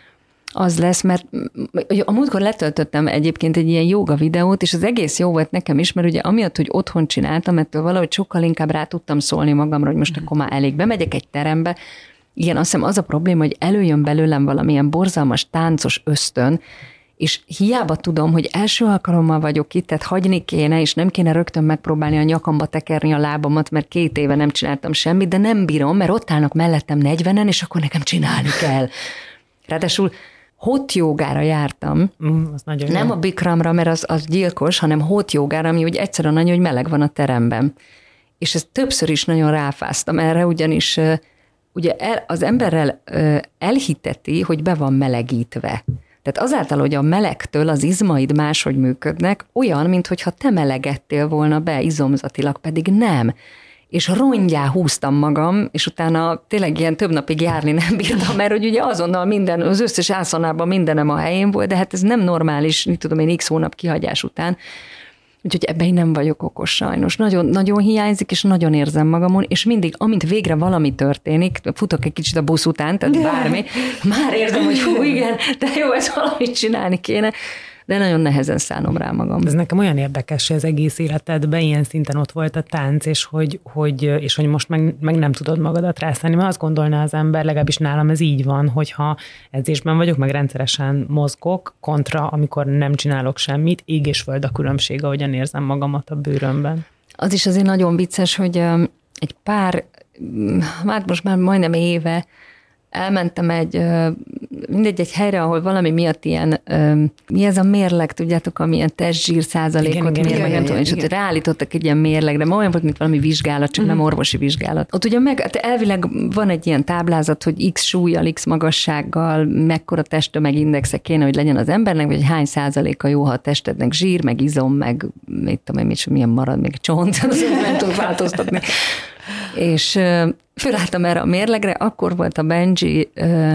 B: az lesz, mert a múltkor letöltöttem egyébként egy ilyen jóga videót, és az egész jó volt nekem is, mert ugye amiatt, hogy otthon csináltam, ettől valahogy sokkal inkább rá tudtam szólni magamra, hogy most akkor már elég. Bemegyek egy terembe, igen, azt hiszem az a probléma, hogy előjön belőlem valamilyen borzalmas táncos ösztön, és hiába tudom, hogy első alkalommal vagyok itt, tehát hagyni kéne, és nem kéne rögtön megpróbálni a nyakamba tekerni a lábamat, mert 2 éve nem csináltam semmit, de nem bírom, mert ott állnak mellettem 40-en, és akkor nekem csinálni kell. Ráadásul hot jogára jártam,
A: az nagyon
B: nem
A: jó.
B: A Bikramra, mert az gyilkos, hanem hot jogára, ami úgy egyszerűen annyi, hogy meleg van a teremben. És ezt többször is nagyon ráfáztam erre, ugyanis ugye az emberrel elhiteti, hogy be van melegítve. Tehát azáltal, hogy a melegtől az izmaid máshogy működnek, olyan, mintha te melegedtél volna be izomzatilag, pedig nem. És rongyá húztam magam, és utána tényleg ilyen több napig járni nem bírtam, mert hogy ugye azonnal az összes ászanában mindenem a helyén volt, de hát ez nem normális, mit tudom én, x hónap kihagyás után. Úgyhogy ebben én nem vagyok okos sajnos. Nagyon, nagyon hiányzik, és nagyon érzem magamon, és mindig, amint végre valami történik, futok egy kicsit a busz után, tehát bármi, már érzem, hogy hú, igen, de jó, ez valamit csinálni kéne, de nagyon nehezen szánom rá magam.
A: Ez nekem olyan érdekes, hogy az egész életedben ilyen szinten ott volt a tánc, és hogy most meg nem tudod magadat rászállni, mert azt gondolná az ember, legalábbis nálam ez így van, hogyha edzésben vagyok, meg rendszeresen mozgok, kontra, amikor nem csinálok semmit, ég és föld a különbség, ahogyan érzem magamat a bőrömben.
B: Az is azért nagyon vicces, hogy egy pár, hát most már majdnem éve elmentem egy helyre, ahol valami miatt ilyen, mi ez a mérleg, tudjátok, amilyen testzsír százalékot mér, nem tudom, és ott ráállítottak egy ilyen mérlegre, ma olyan volt, mint valami vizsgálat, csak nem orvosi vizsgálat. Ott ugye elvileg van egy ilyen táblázat, hogy x súlyjal, x magassággal, mekkora testtömegindexe kéne, hogy legyen az embernek, vagy hány százaléka jó, ha a testednek zsír, meg izom, meg mit tudom én, milyen marad, még csont, nem tudok változtatni. És fölálltam erre a mérlegre, akkor volt a Benji,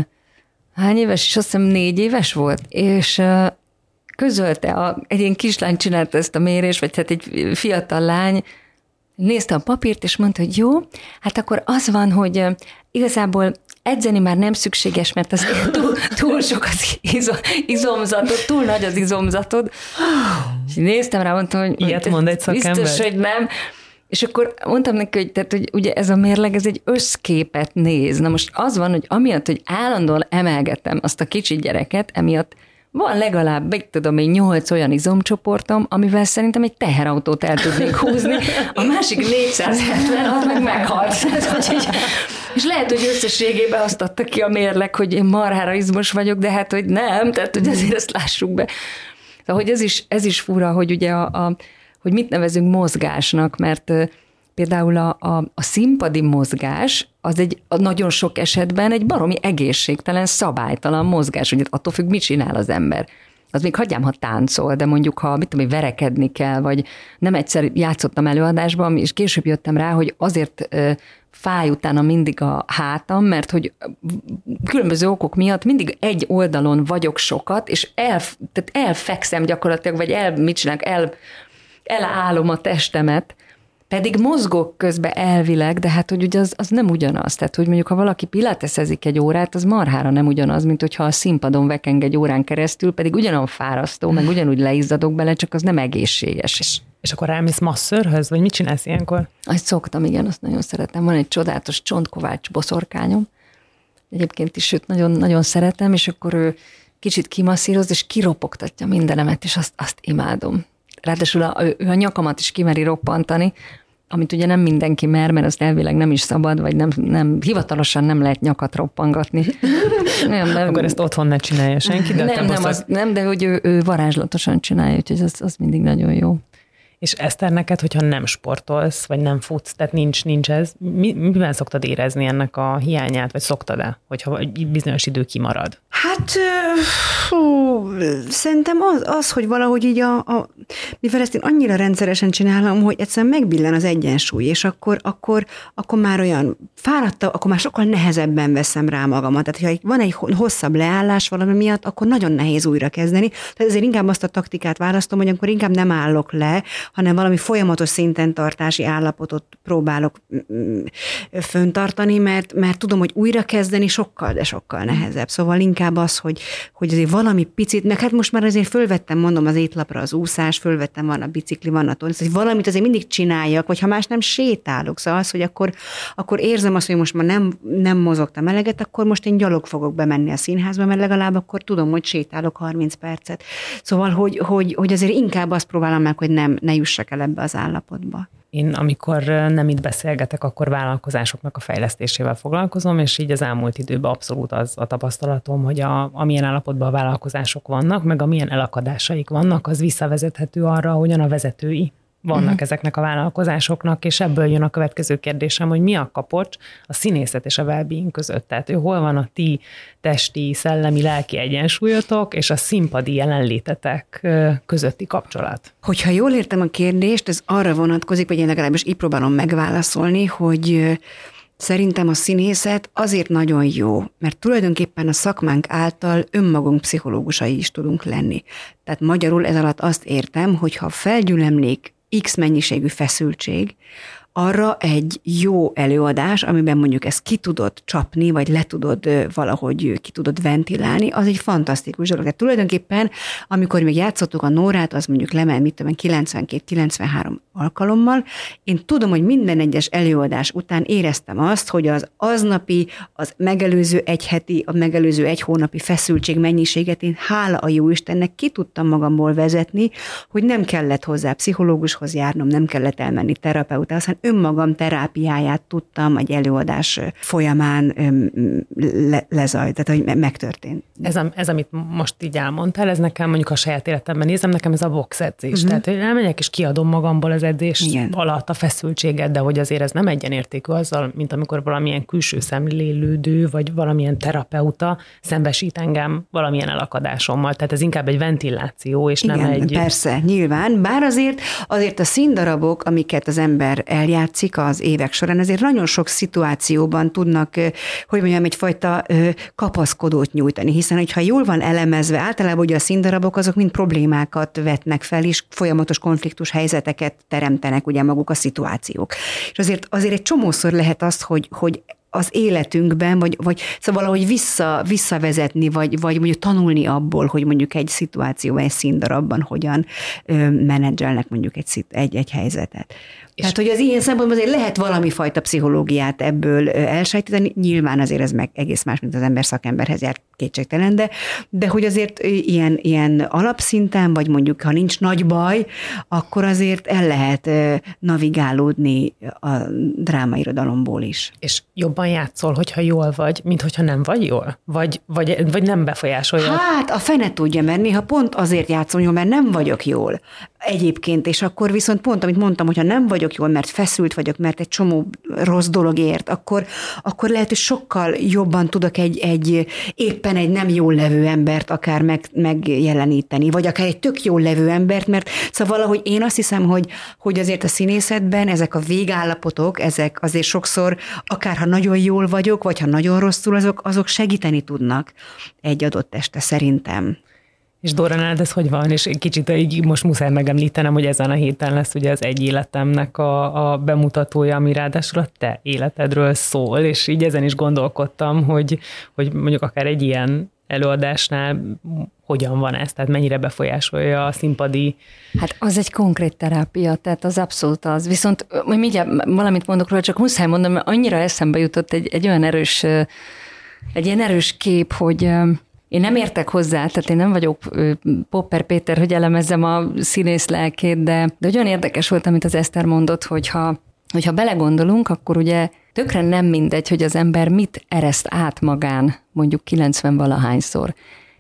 B: hány éves, és azt hiszem 4 éves volt, és közölte, egy ilyen kislány csinálta ezt a mérést, vagy hát egy fiatal lány, nézte a papírt, és mondta, hogy jó, hát akkor az van, hogy igazából edzeni már nem szükséges, mert az túl sok az izomzatod, túl nagy az izomzatod. És néztem rá, mondtam, hogy
A: ilyet mond egy szakember?
B: Biztos, hogy nem. És akkor mondtam neki, hogy ugye ez a mérleg, ez egy összképet néz. Na most az van, hogy amiatt, hogy állandóan emelgetem azt a kicsi gyereket, emiatt van legalább, tudom én, 8 olyan izomcsoportom, amivel szerintem egy teherautót el tudnék húzni, a másik 470, az meg meghalt. És lehet, hogy összességében azt adta ki a mérleg, hogy én marhára izmos vagyok, de hát, hogy nem, tehát hogy azért ezt lássuk be. Szóval, hogy ez is fura, hogy ugye hogy mit nevezünk mozgásnak, mert például a színpadi mozgás az nagyon sok esetben egy baromi egészségtelen, szabálytalan mozgás, hogy attól függ, mit csinál az ember. Az még hagyjám, ha táncol, de mondjuk, ha verekedni kell, vagy nem egyszer játszottam előadásban, és később jöttem rá, hogy azért fáj utána mindig a hátam, mert hogy különböző okok miatt mindig egy oldalon vagyok sokat, és tehát elfekszem gyakorlatilag, vagy elállom a testemet, pedig mozgok közben elvileg, de hát hogy ugye az nem ugyanaz. Tehát, hogy mondjuk, ha valaki pilateszezik egy órát, az marhára nem ugyanaz, mint hogyha a színpadon vekeng egy órán keresztül, pedig ugyanolyan fárasztó, meg ugyanúgy leizzadok bele, csak az nem egészséges.
A: És akkor elmész masszörhöz, vagy mit csinálsz ilyenkor?
B: Azt szoktam, igen, azt nagyon szeretem. Van egy csodálatos Csontkovács boszorkányom. Egyébként is őt nagyon, nagyon szeretem, és akkor ő kicsit kimasszíroz, és kiropogtatja mindenemet, és azt imádom. Ráadásul ő a nyakamat is kimeri roppantani, amit ugye nem mindenki mer, mert azt elvileg nem is szabad, vagy nem hivatalosan nem lehet nyakat roppangatni.
A: Akkor ezt otthon ne csinálja senki, de
B: nem, de hogy ő varázslatosan csinálja, úgyhogy az mindig nagyon jó.
A: És Eszter, neked, hogyha nem sportolsz, vagy nem futsz, tehát nincs ez, miben szoktad érezni ennek a hiányát, vagy szoktad-e, hogyha bizonyos idő kimarad?
C: Hát szerintem az, hogy valahogy így mivel ezt én annyira rendszeresen csinálom, hogy egyszerűen megbillen az egyensúly, és akkor már olyan fáradta, akkor már sokkal nehezebben veszem rá magamat. Tehát, ha van egy hosszabb leállás valami miatt, akkor nagyon nehéz újra kezdeni. Tehát ezért inkább azt a taktikát választom, hogy akkor inkább nem állok le, hanem valami folyamatos szinten tartási állapotot próbálok föntartani, mert tudom, hogy újra kezdeni sokkal, de sokkal nehezebb. Szóval inkább az, hogy azért valami picit, meg hát most már azért fölvettem, mondom, az étlapra az úszás, fölvettem, van a bicikli, van a tonisz, hogy valamit azért mindig csináljak, vagy ha más nem sétálok. Szóval az, hogy akkor érzem azt, hogy most már nem mozogtam eleget, akkor most én gyalog fogok bemenni a színházba, mert legalább akkor tudom, hogy sétálok 30 percet. Szóval, hogy azért inkább azt próbálom meg, hogy ne jussak el ebbe az állapotba.
A: Én, amikor nem itt beszélgetek, akkor vállalkozásoknak a fejlesztésével foglalkozom, és így az elmúlt időben abszolút az a tapasztalatom, hogy amilyen állapotban a vállalkozások vannak, meg amilyen elakadásaik vannak, az visszavezethető arra, hogyan a vezetői vannak ezeknek a vállalkozásoknak, és ebből jön a következő kérdésem, hogy mi a kapocs a színészet és a well-being között. Tehát hol van a ti testi, szellemi, lelki egyensúlyotok és a színpadi jelenlétetek közötti kapcsolat?
C: Hogyha jól értem a kérdést, ez arra vonatkozik, vagy én legalábbis így próbálom megválaszolni, hogy szerintem a színészet azért nagyon jó, mert tulajdonképpen a szakmánk által önmagunk pszichológusai is tudunk lenni. Tehát magyarul ez alatt azt értem, hogy ha felgyülemlik X mennyiségű feszültség, arra egy jó előadás, amiben mondjuk ezt ki tudod csapni, vagy le tudod valahogy ki tudod ventilálni, az egy fantasztikus dolog. Tehát tulajdonképpen, amikor még játszottuk a Nórát, az mondjuk lement, 92-93 alkalommal, én tudom, hogy minden egyes előadás után éreztem azt, hogy az aznapi, az megelőző egy heti, a megelőző egy hónapi feszültség mennyiséget én hála a Jóistennek ki tudtam magamból vezetni, hogy nem kellett hozzá pszichológushoz járnom, nem kellett elmenni terapeutához, hanem önmagam terápiáját tudtam egy előadás folyamán lezajt, tehát hogy megtörtént.
A: Ez, amit most így elmondtál, ez nekem mondjuk a saját életemben nézem, nekem ez a boxedzés. Tehát hogy elmegyek és kiadom magamból az edzés alatt a feszültséget, de hogy azért ez nem egyenértékű azzal, mint amikor valamilyen külső szemlélődő, vagy valamilyen terapeuta szembesít engem valamilyen elakadásommal. Tehát ez inkább egy ventiláció, és nem egy...
C: Persze, nyilván. Bár azért a színdarabok, amiket az ember eljátszik az évek során, ezért nagyon sok szituációban tudnak, hogy mondjam, egyfajta kapaszkodót nyújtani, hiszen hogyha jól van elemezve, általában ugye a színdarabok azok mind problémákat vetnek fel, és folyamatos konfliktus helyzeteket teremtenek ugye maguk a szituációk. És azért egy csomószor lehet azt, hogy az életünkben, vagy szóval valahogy visszavezetni, vagy mondjuk tanulni abból, hogy mondjuk egy szituációban, egy színdarabban hogyan menedzselnek mondjuk egy helyzetet. Tehát, hogy az ilyen szempontból azért lehet valami fajta pszichológiát ebből elsajtítani, nyilván azért ez meg egész más, mint az ember szakemberhez jár, kétségtelen, de hogy azért ilyen alapszinten, vagy mondjuk ha nincs nagy baj, akkor azért el lehet navigálódni a drámairodalomból is.
A: És jobban játszol, hogyha jól vagy, mint hogyha nem vagy jól? Vagy nem befolyásolja?
C: Hát a fene tudja, mert néha pont azért játszom jól, mert nem vagyok jól. egyébként, és akkor viszont pont, amit mondtam, hogyha nem vagyok jól, mert feszült vagyok, mert egy csomó rossz dolog ért, akkor lehet, hogy sokkal jobban tudok éppen egy nem jól levő embert akár megjeleníteni, vagy akár egy tök jól levő embert, mert szóval valahogy én azt hiszem, hogy azért a színészetben ezek a végállapotok, ezek azért sokszor, akár ha nagyon jól vagyok, vagy ha nagyon rosszul, azok segíteni tudnak egy adott este szerintem.
A: És Dóra, nálad ez hogy van? És kicsit így most muszáj megemlítenem, hogy ezen a héten lesz ugye az Egy életemnek a bemutatója, ami ráadásul a te életedről szól, és így ezen is gondolkodtam, hogy mondjuk akár egy ilyen előadásnál hogyan van ez, tehát mennyire befolyásolja a színpadi...
B: Hát az egy konkrét terápia, tehát az abszolút az. Viszont mindjárt valamit mondok róla, csak muszáj mondom, mert annyira eszembe jutott egy olyan erős, egy ilyen erős kép, hogy én nem értek hozzá, tehát én nem vagyok Popper Péter, hogy elemezzem a színész lelkét, de olyan érdekes volt, amit az Eszter mondott, hogyha belegondolunk, akkor ugye tökre nem mindegy, hogy az ember mit ereszt át magán, mondjuk 90-valahányszor.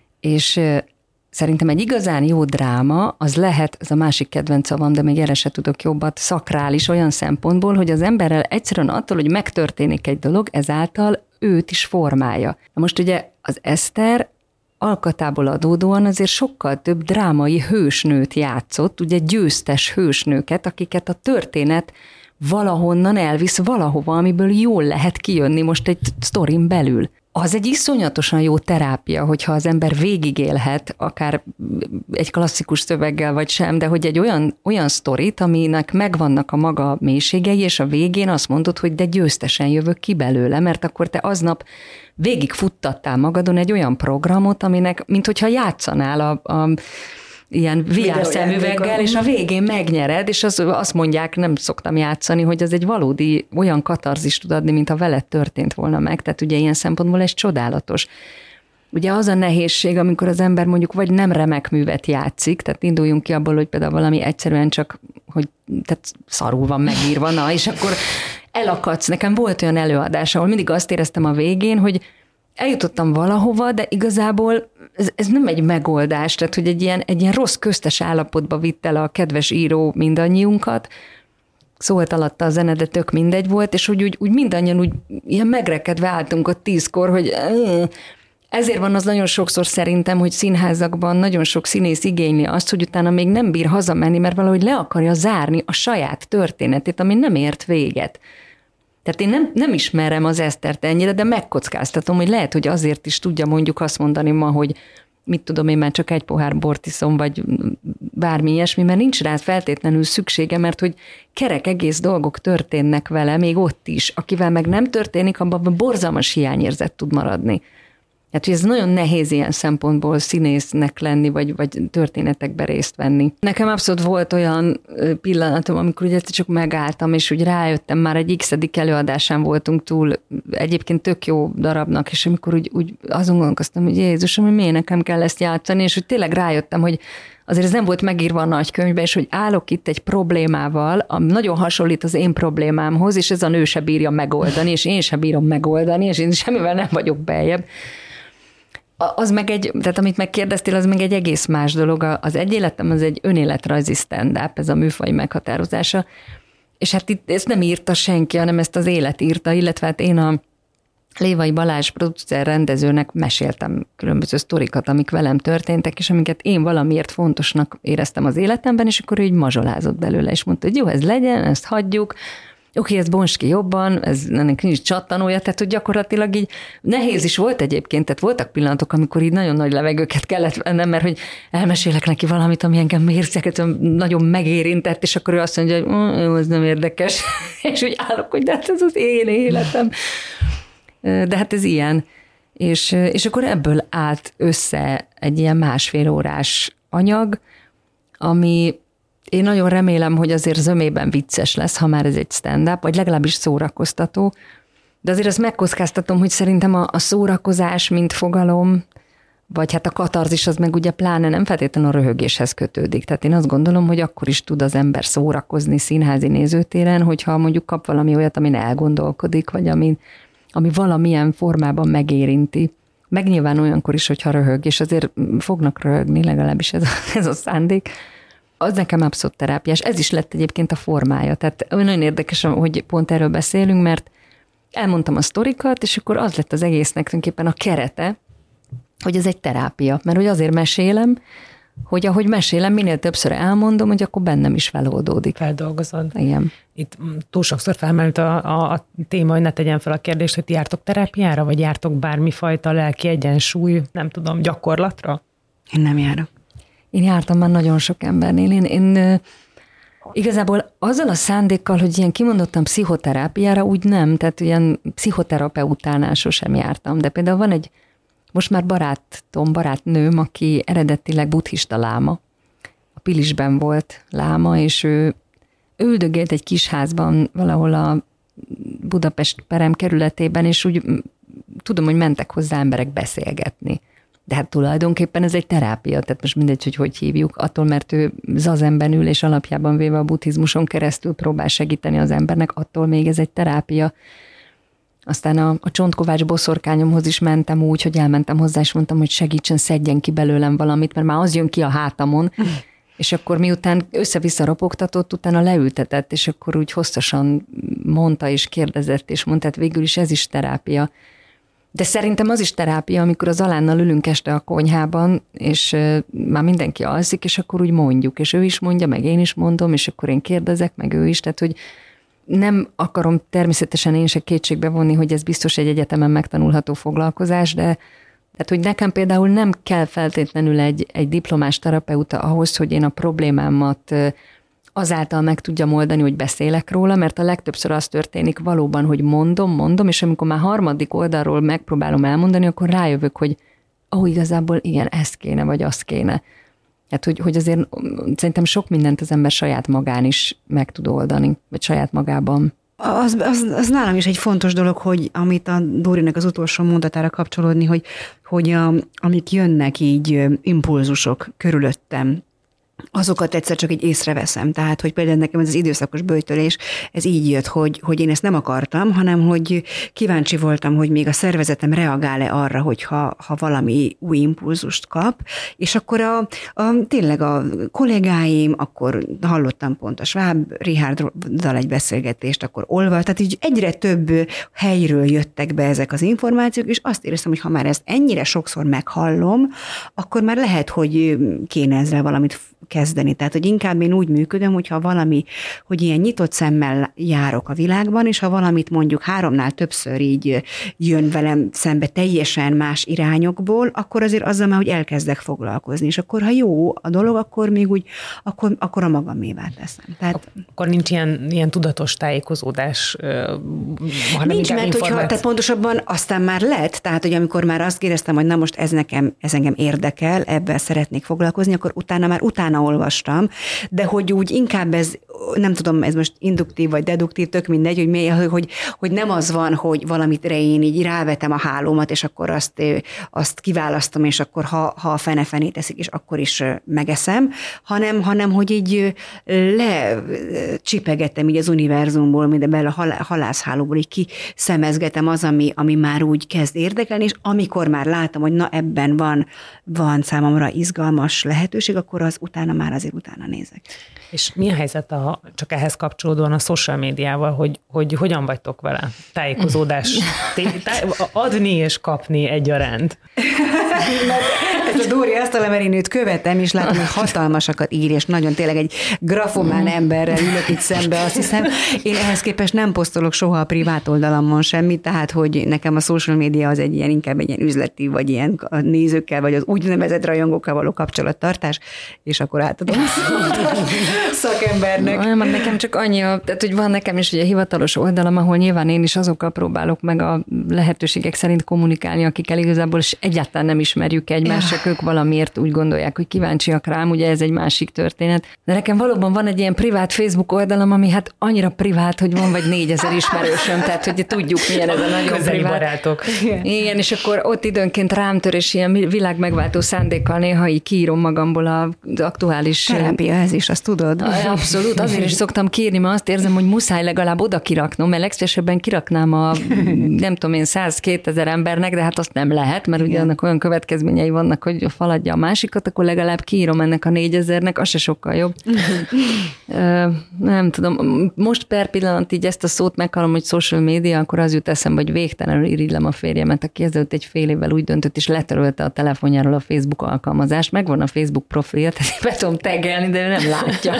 B: És szerintem egy igazán jó dráma, az lehet, ez a másik kedvenc szavam, de még erre se tudok jobbat, szakrális olyan szempontból, hogy az emberrel egyszerűen attól, hogy megtörténik egy dolog, ezáltal őt is formálja. Na most ugye az Eszter alkatából adódóan azért sokkal több drámai hősnőt játszott, ugye győztes hősnőket, akiket a történet valahonnan elvisz valahova, amiből jól lehet kijönni most egy sztorin belül. Az egy iszonyatosan jó terápia, hogyha az ember végigélhet, akár egy klasszikus szöveggel vagy sem, de hogy egy olyan sztorit, aminek megvannak a maga mélységei, és a végén azt mondod, hogy de győztesen jövök ki belőle, mert akkor te aznap végigfuttattál magadon egy olyan programot, aminek, mint hogyha játszanál a ilyen VR szemüveggel, és a végén megnyered, és azt mondják, nem szoktam játszani, hogy az egy valódi olyan katarzist tud adni, mint ha veled történt volna meg, tehát ugye ilyen szempontból ez csodálatos. Ugye az a nehézség, amikor az ember mondjuk vagy nem remek művet játszik, tehát induljunk ki abból, hogy például valami egyszerűen csak, hogy tehát szarul van megírva, na, és akkor elakadsz. Nekem volt olyan előadás, ahol mindig azt éreztem a végén, hogy eljutottam valahova, de igazából ez nem egy megoldás, tehát hogy egy ilyen rossz köztes állapotba vitt el a kedves író mindannyiunkat, szólt alatta a zene, de tök mindegy volt, és úgy mindannyian úgy ilyen megrekedve álltunk ott 10-kor, hogy ezért van az nagyon sokszor szerintem, hogy színházakban nagyon sok színész igényli azt, hogy utána még nem bír hazamenni, mert valahogy le akarja zárni a saját történetét, ami nem ért véget. Tehát én nem ismerem az Esztert ennyire, de megkockáztatom, hogy lehet, hogy azért is tudja mondjuk azt mondani ma, hogy mit tudom én, már csak egy pohár bort iszom, vagy bármi ilyesmi, mert nincs rá feltétlenül szüksége, mert hogy kerek egész dolgok történnek vele, még ott is. Akivel meg nem történik, abban borzalmas hiányérzet tud maradni. Hát, hogy ez nagyon nehéz ilyen szempontból színésznek lenni, vagy történetekbe részt venni. Nekem abszolút volt olyan pillanatom, amikor ugye csak megálltam, és úgy rájöttem, már egy x-edik előadásán voltunk túl, egyébként tök jó darabnak, és amikor úgy azon gondolkoztam, hogy Jézusom, hogy miért nekem kell ezt játszani, és hogy tényleg rájöttem, hogy azért ez nem volt megírva a nagykönyvben, és hogy állok itt egy problémával, ami nagyon hasonlít az én problémámhoz, és ez a nő se bírja megoldani, és én se bírom megoldani, és én semmivel nem vagyok beljebb. Az meg tehát amit megkérdeztél, az meg egy egész más dolog. Az Egy életem az egy önéletrajzi stand-up, ez a műfaj meghatározása. És hát itt ezt nem írta senki, hanem ezt az élet írta, illetve hát én a Lévai Balázs producer rendezőnek meséltem különböző sztorikat, amik velem történtek, és amiket én valamiért fontosnak éreztem az életemben, és akkor ő így mazsolázott belőle, és mondta, hogy jó, ez legyen, ezt hagyjuk, oké, ez bonts ki jobban, ennek nincs csattanója, tehát hogy gyakorlatilag így nehéz is volt egyébként, tehát voltak pillanatok, amikor így nagyon nagy levegőket kellett vennem, mert hogy elmesélek neki valamit, ami engem nagyon megérintett, és akkor ő azt mondja, hogy jó, ez nem érdekes, és úgy állok, hogy de hát ez az én életem. De hát ez ilyen. És akkor ebből állt össze egy ilyen 1,5 órás anyag, ami én nagyon remélem, hogy azért zömében vicces lesz, ha már ez egy stand-up, vagy legalábbis szórakoztató. De azért azt megkockáztatom, hogy szerintem a szórakozás, mint fogalom, vagy hát a katarzis az meg ugye pláne nem feltétlenül a röhögéshez kötődik. Tehát én azt gondolom, hogy akkor is tud az ember szórakozni színházi nézőtéren, hogyha mondjuk kap valami olyat, amin elgondolkodik, vagy ami valamilyen formában megérinti. Meg nyilván olyankor is, hogyha röhög, és azért fognak röhögni, legalábbis ez a szándék. az nekem abszolút terápiás. Ez is lett egyébként a formája. Tehát nagyon érdekes, hogy pont erről beszélünk, mert elmondtam a sztorikat, és akkor az lett az egésznek tulajdonképpen a kerete, hogy ez egy terápia. Mert hogy azért mesélem, hogy ahogy mesélem, minél többször elmondom, hogy akkor bennem is feloldódik.
A: Feldolgozod.
B: Igen.
A: Itt túl sokszor felmerült a téma, hogy ne tegyen fel a kérdést, hogy ti jártok terápiára, vagy jártok bármifajta lelki egyensúly, nem tudom, gyakorlatra?
C: Én nem járok.
B: Én jártam már nagyon sok embernél. Én igazából azzal a szándékkal, hogy ilyen kimondottan pszichoterápiára úgy nem, tehát ilyen pszichoterapeutánál sosem jártam, de például van egy most már barátnőm, aki eredetileg buddhista láma, a Pilisben volt láma, és ő üldögélt egy kis házban valahol a Budapest Perem kerületében, és úgy tudom, hogy mentek hozzá emberek beszélgetni. De hát tulajdonképpen ez egy terápia, tehát most mindegy, hogy hívjuk, attól, mert ő zazenben ül, és alapjában véve a buddhizmuson keresztül próbál segíteni az embernek, attól még ez egy terápia. Aztán a Csontkovács boszorkányomhoz is mentem úgy, hogy elmentem hozzá, és mondtam, hogy segítsen, szedjen ki belőlem valamit, mert már az jön ki a hátamon, és akkor miután össze-vissza ropogtatott, utána leültetett, és akkor úgy hosszasan mondta és kérdezett, és mondta, hát végül is ez is terápia. De szerintem az is terápia, amikor az Alánnal ülünk este a konyhában, és már mindenki alszik, és akkor úgy mondjuk, és ő is mondja, meg én is mondom, és akkor én kérdezek, meg ő is, tehát hogy nem akarom természetesen én se kétségbe vonni, hogy ez biztos egy egyetemen megtanulható foglalkozás, de tehát, hogy nekem például nem kell feltétlenül egy diplomás terapeuta ahhoz, hogy én a problémámat azáltal meg tudjam oldani, hogy beszélek róla, mert a legtöbbször az történik valóban, hogy mondom, és amikor már harmadik oldalról megpróbálom elmondani, akkor rájövök, hogy igazából igen, ez kéne, vagy az kéne. Hát, hogy azért szerintem sok mindent az ember saját magán is meg tud oldani, vagy saját magában.
C: Az nálam is egy fontos dolog, hogy amit a Dórinak az utolsó mondatára kapcsolódni, hogy amik jönnek így impulzusok körülöttem, azokat egyszer csak így észreveszem. Tehát, hogy például nekem ez az időszakos böjtölés, ez így jött, hogy én ezt nem akartam, hanem hogy kíváncsi voltam, hogy még a szervezetem reagál-e arra, hogyha valami új impulzust kap, és akkor tényleg a kollégáim, akkor hallottam pont a Schwab Richarddal egy beszélgetést, akkor tehát így egyre több helyről jöttek be ezek az információk, és azt éreztem, hogy ha már ezt ennyire sokszor meghallom, akkor már lehet, hogy kéne ezzel valamit kezdeni. Tehát, hogy inkább én úgy működöm, hogyha valami, hogy ilyen nyitott szemmel járok a világban, és ha valamit mondjuk 3-nál többször így jön velem szembe teljesen más irányokból, akkor azért azzal már, hogy elkezdek foglalkozni. És akkor, ha jó a dolog, akkor még úgy, akkor a magamévá teszem. Tehát,
A: akkor nincs ilyen tudatos tájékozódás, hanem
C: nincs, mert tehát pontosabban aztán már lett, tehát, hogy amikor már azt kérdeztem, hogy na most ez engem érdekel, ebben szeretnék foglalkozni, akkor utána olvastam, de hogy úgy inkább ez, nem tudom, ez most induktív vagy deduktív, tök mindegy, hogy nem az van, hogy valamire én így rávetem a hálómat, és akkor azt kiválasztom, és akkor ha a fene-fené teszik, és akkor is megeszem, hanem hogy így lecsipegetem így az univerzumból, mindebben a halászhálóból, így kiszemezgetem az, ami már úgy kezd érdekelni, és amikor már látom, hogy na ebben van számomra izgalmas lehetőség, akkor az utána nézek.
A: És mi a helyzet csak ehhez kapcsolódóan a social médiával, hogy hogyan vagytok vele? Tájékozódás, adni és kapni egyaránt.
C: Ez a Dóri asztala, mert én őt követem, és látom, hogy hatalmasakat ír, és nagyon tényleg egy grafomán emberrel ülök itt szembe, azt hiszem. Én ehhez képest nem posztolok soha a privát oldalamon semmit, tehát, hogy nekem a social média az inkább egy ilyen üzleti, vagy ilyen a nézőkkel, vagy az úgynevezett rajongókkal való kapcsolattartás, és akkor átadom szakembernek.
B: Nekem csak annyi, tehát, hogy van nekem is ugye hivatalos oldalam, ahol nyilván én is azokkal próbálok meg a lehetőségek szerint kommunikálni, akikkel igazából egyáltalán nem ismerjük egymást, csak ők valamiért úgy gondolják, hogy kíváncsiak rám, ugye ez egy másik történet. De nekem valóban van egy ilyen privát Facebook oldalam, ami hát annyira privát, hogy van vagy 4000 ismerősöm, tehát hogy tudjuk, milyen ez a nagyon
A: közeli
B: privát.
A: barátok.
B: Igen, és akkor ott időnként rám tör, és ilyen világmegváltó szándékkal néha így kiírom magamból az aktuális...
C: Terápia ez is, azt tudod?
B: Abszolút, azért is szoktam kérni, mert azt érzem, hogy muszáj legalább oda kiraknom, mert legszívesebben kiraknám nem tudom én 100-2000 embernek, de hát azt nem lehet, mert ugye annak olyan következményei vannak, hogy faladja a másikat, akkor legalább kiírom ennek a 4000-nek, az se sokkal jobb. Nem tudom, most per pillanat így ezt a szót meghallom, hogy social media, akkor az jut eszembe, hogy végtelenül irigylem a férjemet, aki ezelőtt egy fél évvel úgy döntött, és letörölte a telefonjáról a Facebook alkalmazást. Megvan a Facebook profilja, tehát be tudom taggelni, de ő nem látja.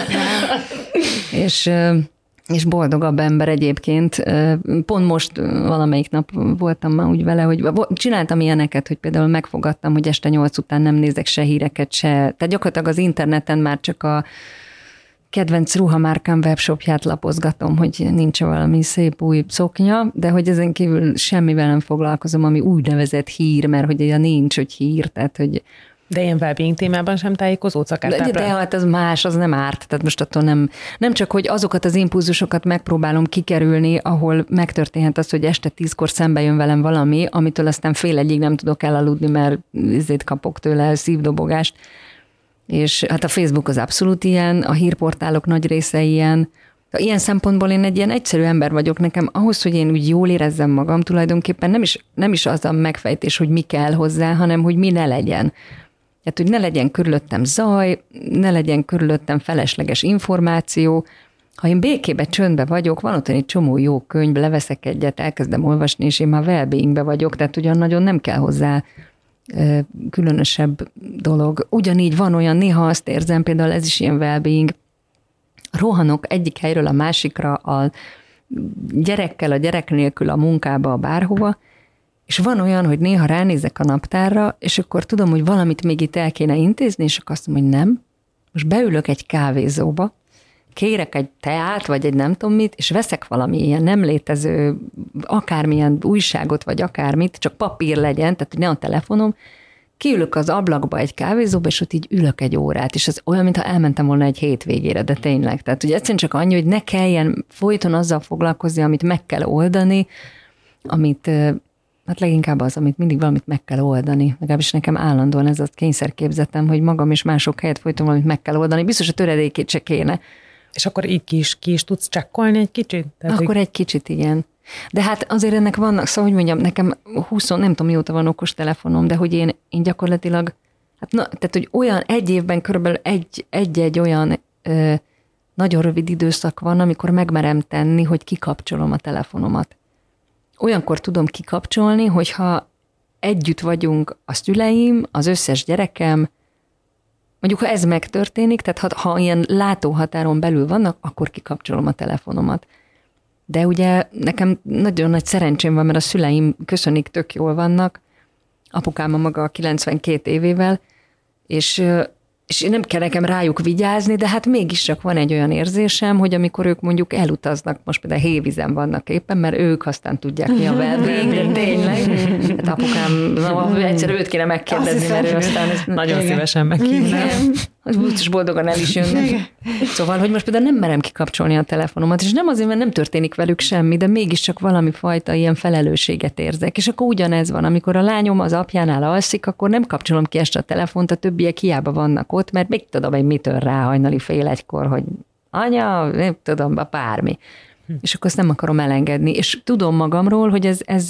B: És boldogabb ember egyébként. Pont most valamelyik nap voltam már úgy vele, hogy csináltam ilyeneket, hogy például megfogadtam, hogy este 8 után nem nézek se híreket, se. Tehát gyakorlatilag az interneten már csak a kedvenc ruhamárkám webshopját lapozgatom, hogy nincs valami szép új szoknya, de hogy ezen kívül semmivel nem foglalkozom, ami úgynevezett hír, mert hogy olyan nincs, hogy hír, tehát hogy
A: de ilyen wellbeing témában sem tájékozódsz akár
B: de hát az más, az nem árt. Tehát most attól nem csak, hogy azokat az impulzusokat megpróbálom kikerülni, ahol megtörténhet az, hogy este 10-kor szembe jön velem valami, amitől aztán fél egyig nem tudok elaludni, mert ezért kapok tőle szívdobogást. És hát a Facebook az abszolút ilyen, a hírportálok nagy része ilyen. Ilyen szempontból én egy ilyen egyszerű ember vagyok. Nekem ahhoz, hogy én úgy jól érezzem magam, tulajdonképpen nem is az a megfejtés, hogy mi kell hozzá, hanem hogy mi ne legyen. Tehát, hogy ne legyen körülöttem zaj, ne legyen körülöttem felesleges információ. Ha én békébe, csöndbe vagyok, van ott egy csomó jó könyv, leveszek egyet, elkezdem olvasni, és én már well-beingbe vagyok, tehát ugyan nagyon nem kell hozzá különösebb dolog. Ugyanígy van olyan, néha azt érzem, például ez is ilyen well-being, rohanok egyik helyről a másikra a gyerekkel, a gyerek nélkül a munkába, a bárhova, és van olyan, hogy néha ránézek a naptárra, és akkor tudom, hogy valamit még itt el kéne intézni, és akkor azt mondom, hogy nem. Most beülök egy kávézóba, kérek egy teát, vagy egy nem tudom mit, és veszek valami ilyen nem létező, akármilyen újságot, vagy akármit, csak papír legyen, tehát ne a telefonom, kiülök az ablakba egy kávézóba, és ott így ülök egy órát, és ez olyan, mintha elmentem volna egy hétvégére, de tényleg. Tehát ugye egyszerűen csak annyi, hogy ne kelljen folyton azzal foglalkozni, amit meg kell oldani, amit hát leginkább az, amit mindig valamit meg kell oldani. Legalábbis nekem állandóan ez a kényszerképzetem, hogy magam és mások helyett folyton valamit meg kell oldani. Biztos a töredékét se kéne.
A: És akkor így ki is tudsz csekkolni egy kicsit?
B: Tehát akkor egy kicsit, igen. De hát azért ennek vannak, szóval, hogy mondjam, nekem 20, nem tudom mióta van okos telefonom, de hogy én gyakorlatilag, hát tehát, hogy olyan egy évben körülbelül egy olyan nagyon rövid időszak van, amikor megmerem tenni, hogy kikapcsolom a telefonomat. Olyankor tudom kikapcsolni, hogyha együtt vagyunk a szüleim, az összes gyerekem, mondjuk, ha ez megtörténik, tehát ha ilyen látóhatáron belül vannak, akkor kikapcsolom a telefonomat. De ugye nekem nagyon nagy szerencsém van, mert a szüleim köszönik, tök jól vannak, apukám a maga 92 évével, és nem kell nekem rájuk vigyázni, de hát mégis csak van egy olyan érzésem, hogy amikor ők mondjuk elutaznak, most például hévízen vannak éppen, mert ők aztán tudják, mi a well-being, de tényleg. Hát apukám, egyszer őt kéne megkérdezni, mert ő aztán
A: nagyon szívesen meghívnám.
B: Úgyis boldogan el is jönnek. Szóval, hogy most például nem merem kikapcsolni a telefonomat, és nem azért, mert nem történik velük semmi, de mégiscsak valami fajta ilyen felelősséget érzek. És akkor ugyanez van, amikor a lányom az apjánál alszik, akkor nem kapcsolom ki este a telefont, a többiek hiába vannak ott, mert még tudom, hogy mitől ráhajnali fél egykor, hogy anya, nem tudom, bármi. És akkor ezt nem akarom elengedni. És tudom magamról, hogy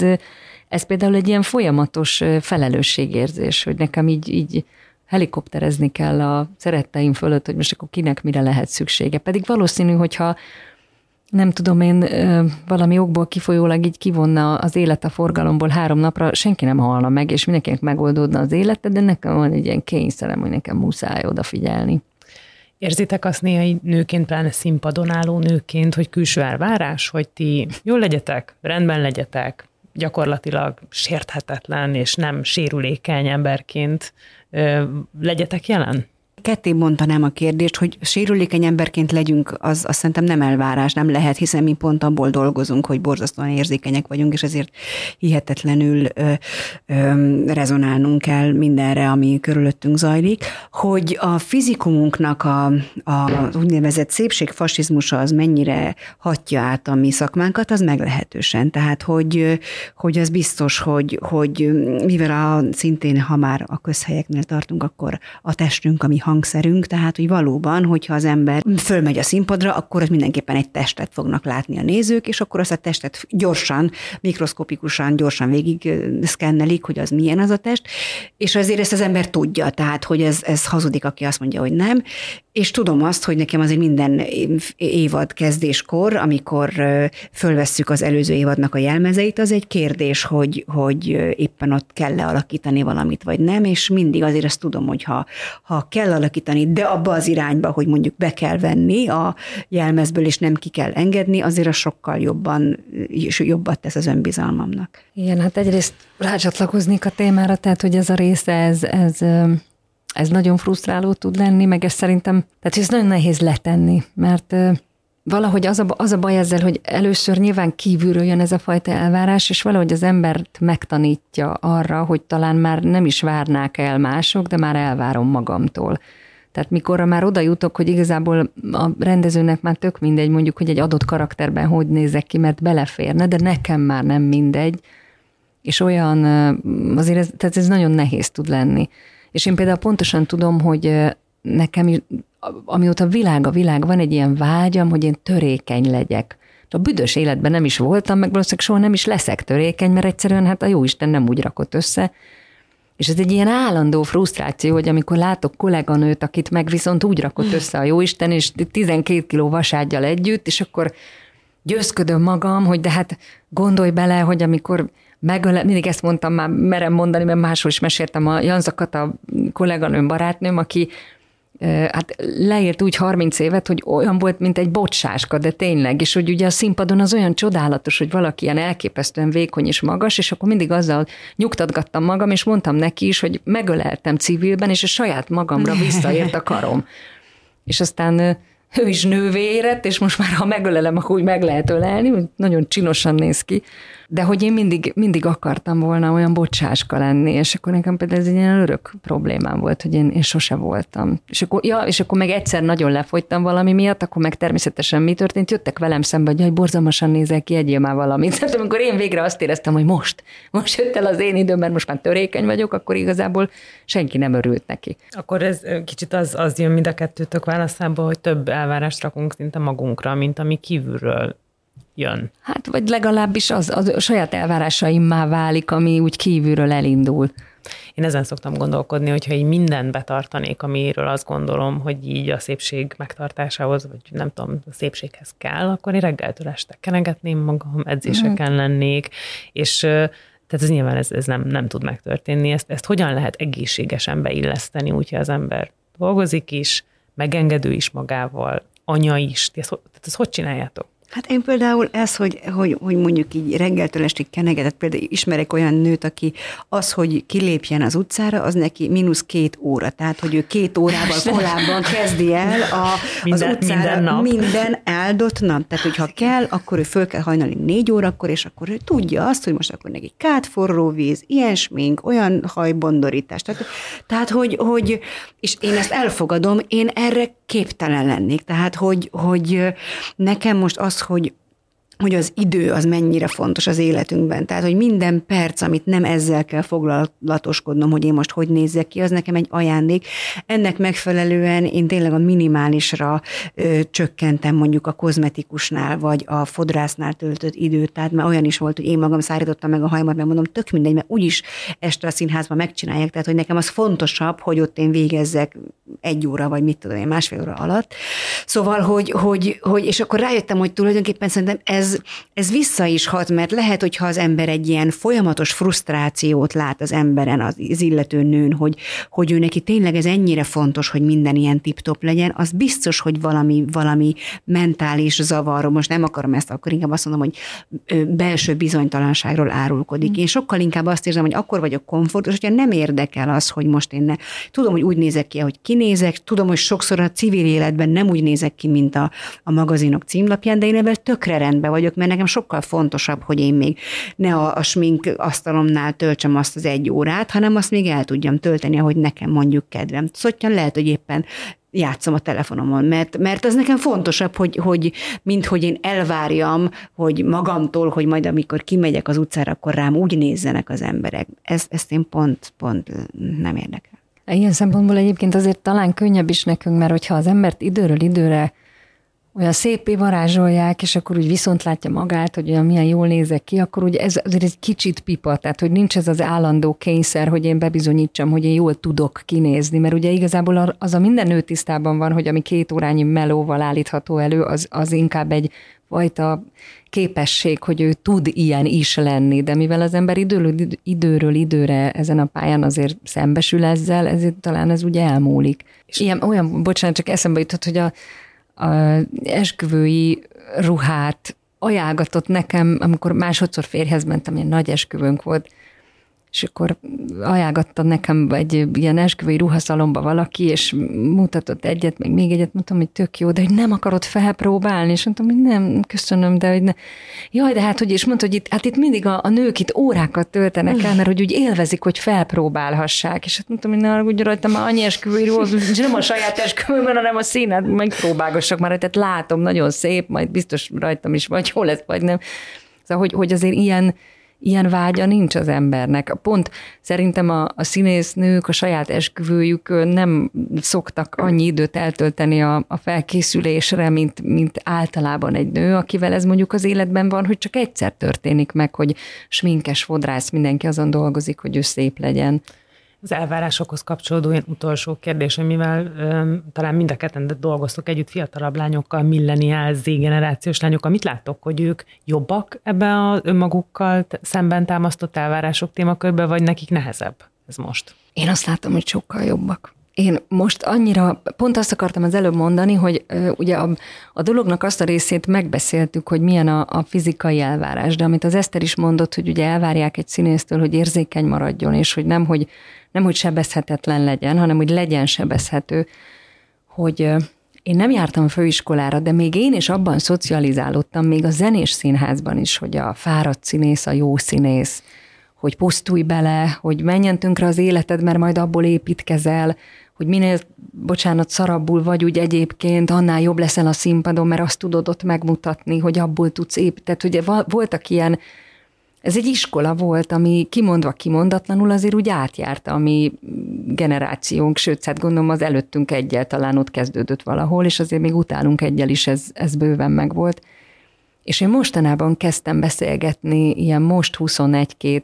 B: ez például egy ilyen folyamatos felelősségérzés, hogy nekem így helikopterezni kell a szeretteim fölött, hogy most akkor kinek mire lehet szüksége. Pedig valószínű, hogyha nem tudom én, valami okból kifolyólag így kivonna az élet a forgalomból 3 napra, senki nem halna meg, és mindenkinek megoldódna az élete, de nekem van egy ilyen kényszerem, hogy nekem muszáj odafigyelni.
A: Érzitek azt néha nőként, pláne színpadon álló nőként, hogy külső elvárás, hogy ti jól legyetek, rendben legyetek, gyakorlatilag sérthetetlen és nem sérülékeny emberként legyetek jelen?
C: Ketté bontanám a kérdést, hogy sérülékeny emberként legyünk, az szerintem nem elvárás, nem lehet, hiszen mi pont abból dolgozunk, hogy borzasztóan érzékenyek vagyunk, és ezért hihetetlenül rezonálnunk kell mindenre, ami körülöttünk zajlik. Hogy a fizikumunknak az úgynevezett szépségfasizmusa az mennyire hatja át a mi szakmánkat, az meglehetősen. Tehát, hogy az biztos, hogy mivel szintén, ha már a közhelyeknél tartunk, akkor a testünk, ami hangszerünk, tehát hogy valóban, hogyha az ember fölmegy a színpadra, akkor az mindenképpen egy testet fognak látni a nézők, és akkor azt a testet gyorsan, mikroszkopikusan, gyorsan végig szkennelik, hogy az milyen az a test, és azért ezt az ember tudja, tehát hogy ez hazudik, aki azt mondja, hogy nem, és tudom azt, hogy nekem azért minden évad kezdéskor, amikor fölvesszük az előző évadnak a jelmezeit, az egy kérdés, hogy éppen ott kell-e alakítani valamit, vagy nem, és mindig azért azt tudom, hogy ha kell alakítani, de abba az irányba, hogy mondjuk be kell venni a jelmezből, és nem ki kell engedni, azért az sokkal jobbat tesz az önbizalmamnak.
B: Igen, hát egyrészt rácsatlakoznék a témára, tehát hogy ez a része, ez nagyon frusztráló tud lenni, meg ez szerintem, tehát ez nagyon nehéz letenni, mert valahogy az a baj ezzel, hogy először nyilván kívülről jön ez a fajta elvárás, és valahogy az embert megtanítja arra, hogy talán már nem is várnák el mások, de már elvárom magamtól. Tehát mikorra már oda jutok, hogy igazából a rendezőnek már tök mindegy, mondjuk, hogy egy adott karakterben hogy nézek ki, mert beleférne, de nekem már nem mindegy, és olyan, azért tehát ez nagyon nehéz tud lenni. És én például pontosan tudom, hogy nekem, amióta a világ, van egy ilyen vágyam, hogy én törékeny legyek. A büdös életben nem is voltam, meg valószínűleg soha nem is leszek törékeny, mert egyszerűen hát a jóisten nem úgy rakott össze. És ez egy ilyen állandó frusztráció, hogy amikor látok kolléganőt, akit meg viszont úgy rakott össze a jóisten, és 12 kiló vasággyal együtt, és akkor győzködöm magam, hogy de hát gondolj bele, hogy amikor mindig ezt mondtam, már merem mondani, mert máshol is meséltem a Janzakat, a kolléganőm, barátnőm, aki hát leért úgy 30 évet, hogy olyan volt, mint egy bocsáska, de tényleg, és hogy ugye a színpadon az olyan csodálatos, hogy valaki ilyen elképesztően vékony és magas, és akkor mindig azzal nyugtatgattam magam, és mondtam neki is, hogy megöleltem civilben, és a saját magamra visszaért a karom. És aztán ő is nővé érett, és most már, ha megölelem, akkor úgy meg lehet ölelni, nagyon csinosan néz ki. De hogy én mindig akartam volna olyan bocsáska lenni, és akkor nekem például ez egy ilyen örök problémám volt, hogy én sose voltam. És akkor meg egyszer nagyon lefogytam valami miatt, akkor meg természetesen mi történt? Jöttek velem szembe, hogy borzalmasan nézel ki, egyél már valamit. Tehát amikor én végre azt éreztem, hogy most jött el az én időm, mert most már törékeny vagyok, akkor igazából senki nem örült neki.
A: Akkor ez kicsit az jön mind a kettőtök válaszából, hogy több elvárást rakunk szinte magunkra, mint ami kívülről jön.
B: Hát, vagy legalábbis az a saját elvárásaimmá válik, ami úgy kívülről elindul.
A: Én ezen szoktam gondolkodni, hogyha így mindent betartanék, amiről azt gondolom, hogy így a szépség megtartásához, vagy nem tudom, a szépséghez kell, akkor én reggeltől este kenegetném magam, edzéseken lennék, és tehát ez nyilván ez nem tud megtörténni. Ezt hogyan lehet egészségesen beilleszteni, úgyhogy az ember dolgozik is, megengedő is magával, anya is. Ezt hogy csináljátok?
C: Hát én például ez, hogy mondjuk így reggeltől estig kenegetett, például ismerek olyan nőt, aki az, hogy kilépjen az utcára, az neki -2 óra. Tehát, hogy ő 2 órával korábban kezdi el az utcára minden áldott nap. Tehát, hogyha kell, akkor ő föl kell hajnali 4 órakor, és akkor ő tudja azt, hogy most akkor neki forró víz, ilyen smink, olyan hajbondorítás. Tehát hogy és én ezt elfogadom, én erre képtelen lennék. Tehát, hogy nekem most az, hogy az idő az mennyire fontos az életünkben. Tehát, hogy minden perc, amit nem ezzel kell foglalatoskodnom, hogy én most hogy nézzek ki, az nekem egy ajándék. Ennek megfelelően én tényleg a minimálisra csökkentem mondjuk a kozmetikusnál, vagy a fodrásznál töltött időt. Tehát már olyan is volt, hogy én magam szárítottam meg a hajamat, mert mondom, tök mindegy, mert úgyis este a színházban megcsinálják. Tehát, hogy nekem az fontosabb, hogy ott én végezzek 1 óra, vagy mit tudom én, 1,5 óra alatt. Szóval, hogy és akkor rájöttem, hogy tulajdonképpen szerintem ez vissza is hat, mert lehet, hogyha az ember egy ilyen folyamatos frusztrációt lát az emberen, az illető nőn, hogy ő neki tényleg ez ennyire fontos, hogy minden ilyen tip-top legyen, az biztos, hogy valami mentális zavar, most nem akarom ezt, akkor inkább azt mondom, hogy belső bizonytalanságról árulkodik. Én sokkal inkább azt érzem, hogy akkor vagyok komfortos, hogyha nem érdekel az, hogy most én tudom, hogy úgy nézek ki, ahogy kinézek, tudom, hogy sokszor a civil életben nem úgy nézek ki, mint a magazinok címlapján, de én ebben tökre rendben vagyok, mert nekem sokkal fontosabb, hogy én még ne a smink asztalomnál töltsem azt az 1 órát, hanem azt még el tudjam tölteni, ahogy nekem mondjuk kedvem. Szóval lehet, hogy éppen játszom a telefonomon, mert az nekem fontosabb, mint hogy én elvárjam, hogy magamtól, hogy majd amikor kimegyek az utcára, akkor rám úgy nézzenek az emberek. Ezt én pont nem érdekel.
B: Ilyen szempontból egyébként azért talán könnyebb is nekünk, mert hogyha az embert időről időre olyan szépé varázsolják, és akkor úgy viszont látja magát, hogy olyan milyen jól nézek ki, akkor ugye ez azért egy kicsit pipa, tehát hogy nincs ez az állandó kényszer, hogy én bebizonyítsam, hogy én jól tudok kinézni, mert ugye igazából az a minden nő tisztában van, hogy ami 2 órányi melóval állítható elő, az inkább egy fajta képesség, hogy ő tud ilyen is lenni, de mivel az ember időről időre ezen a pályán azért szembesül ezzel, ezért talán ez ugye elmúlik. Bocsánat, csak eszembe jutott, hogy a esküvői ruhát ajánlgatott nekem, amikor másodszor férjhez mentem, ilyen nagy esküvőnk volt, és akkor ajánlgatta nekem egy ilyen esküvői ruhaszalomba valaki, és mutatott egyet, meg még egyet, mondtam, hogy tök jó, de hogy nem akarod felpróbálni, és mondtam, hogy nem, köszönöm, de hogy ne. Jaj, de hát, hogy és mondta, hogy itt mindig a nők itt órákat töltenek el, mert hogy úgy élvezik, hogy felpróbálhassák, és hát mondtam, hogy ne haragudj rajta, már annyi esküvői ruha, és nem a saját esküvőben, hanem a színet, megpróbálgassak már, tehát látom, nagyon szép, majd biztos rajtam is vagy jó lesz, vagy nem. Szóval, hogy azért ilyen vágya nincs az embernek. Pont szerintem a színésznők a saját esküvőjükön nem szoktak annyi időt eltölteni a felkészülésre, mint általában egy nő, akivel ez mondjuk az életben van, hogy csak egyszer történik meg, hogy sminkes, fodrász, mindenki azon dolgozik, hogy ő szép legyen.
A: Az elvárásokhoz kapcsolódó ilyen utolsó kérdés, mivel talán mind a ketten dolgoztok együtt fiatalabb lányokkal, milleniál, Z-generációs lányokkal, mit láttok, hogy ők jobbak ebben az önmagukkal szemben támasztott elvárások témakörben, vagy nekik nehezebb ez most?
B: Én azt látom, hogy sokkal jobbak. Én most annyira, pont azt akartam az előbb mondani, hogy ugye a dolognak azt a részét megbeszéltük, hogy milyen a fizikai elvárás, de amit az Eszter is mondott, hogy ugye elvárják egy színésztől, hogy érzékeny maradjon, és hogy nem, hogy sebezhetetlen legyen, hanem hogy legyen sebezhető, hogy én nem jártam főiskolára, de még én is abban szocializálódtam, még a zenés színházban is, hogy a fáradt színész a jó színész, hogy pusztulj bele, hogy menjen tönkre az életed, mert majd abból építkezel, hogy minél, szarabbul vagy úgy egyébként, annál jobb leszel a színpadon, mert azt tudod ott megmutatni, hogy abból tudsz építeni. Tehát ugye voltak ilyen, ez egy iskola volt, ami kimondva kimondatlanul azért úgy átjárta a mi generációnk, sőt, hát gondolom az előttünk egyel talán ott kezdődött valahol, és azért még utánunk egyel is ez bőven megvolt. És én mostanában kezdtem beszélgetni ilyen most 21-2,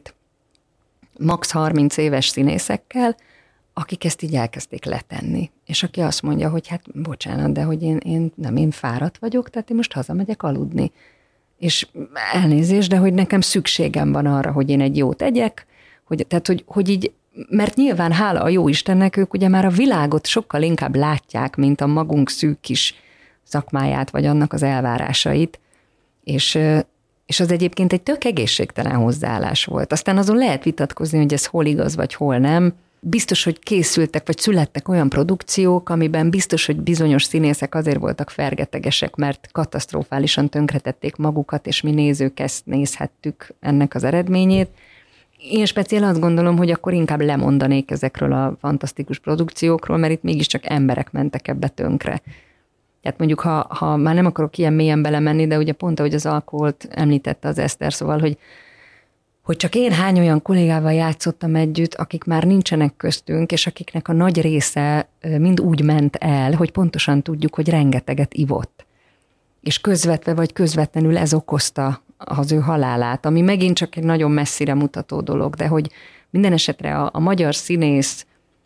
B: max 30 éves színészekkel, akik ezt így elkezdték letenni. És aki azt mondja, hogy hát bocsánat, de hogy én fáradt vagyok, tehát én most hazamegyek aludni. És elnézést, de hogy nekem szükségem van arra, hogy én egy jót tegyek, hogy így, mert nyilván hála a jó Istennek, ők ugye már a világot sokkal inkább látják, mint a magunk szűk kis szakmáját, vagy annak az elvárásait, és az egyébként egy tök egészségtelen hozzáállás volt. Aztán azon lehet vitatkozni, hogy ez hol igaz, vagy hol nem. Biztos, hogy készültek, vagy születtek olyan produkciók, amiben biztos, hogy bizonyos színészek azért voltak fergetegesek, mert katasztrofálisan tönkretették magukat, és mi nézők ezt nézhettük ennek az eredményét. Én speciál azt gondolom, hogy akkor inkább lemondanék ezekről a fantasztikus produkciókról, mert itt mégiscsak emberek mentek ebbe tönkre. Tehát mondjuk, ha már nem akarok ilyen mélyen belemenni, de ugye pont ahogy az alkoholt említette az Eszter, szóval, hogy csak én hány olyan kollégával játszottam együtt, akik már nincsenek köztünk, és akiknek a nagy része mind úgy ment el, hogy pontosan tudjuk, hogy rengeteget ivott. És közvetve vagy közvetlenül ez okozta az ő halálát, ami megint csak egy nagyon messzire mutató dolog, de hogy minden esetre a magyar színész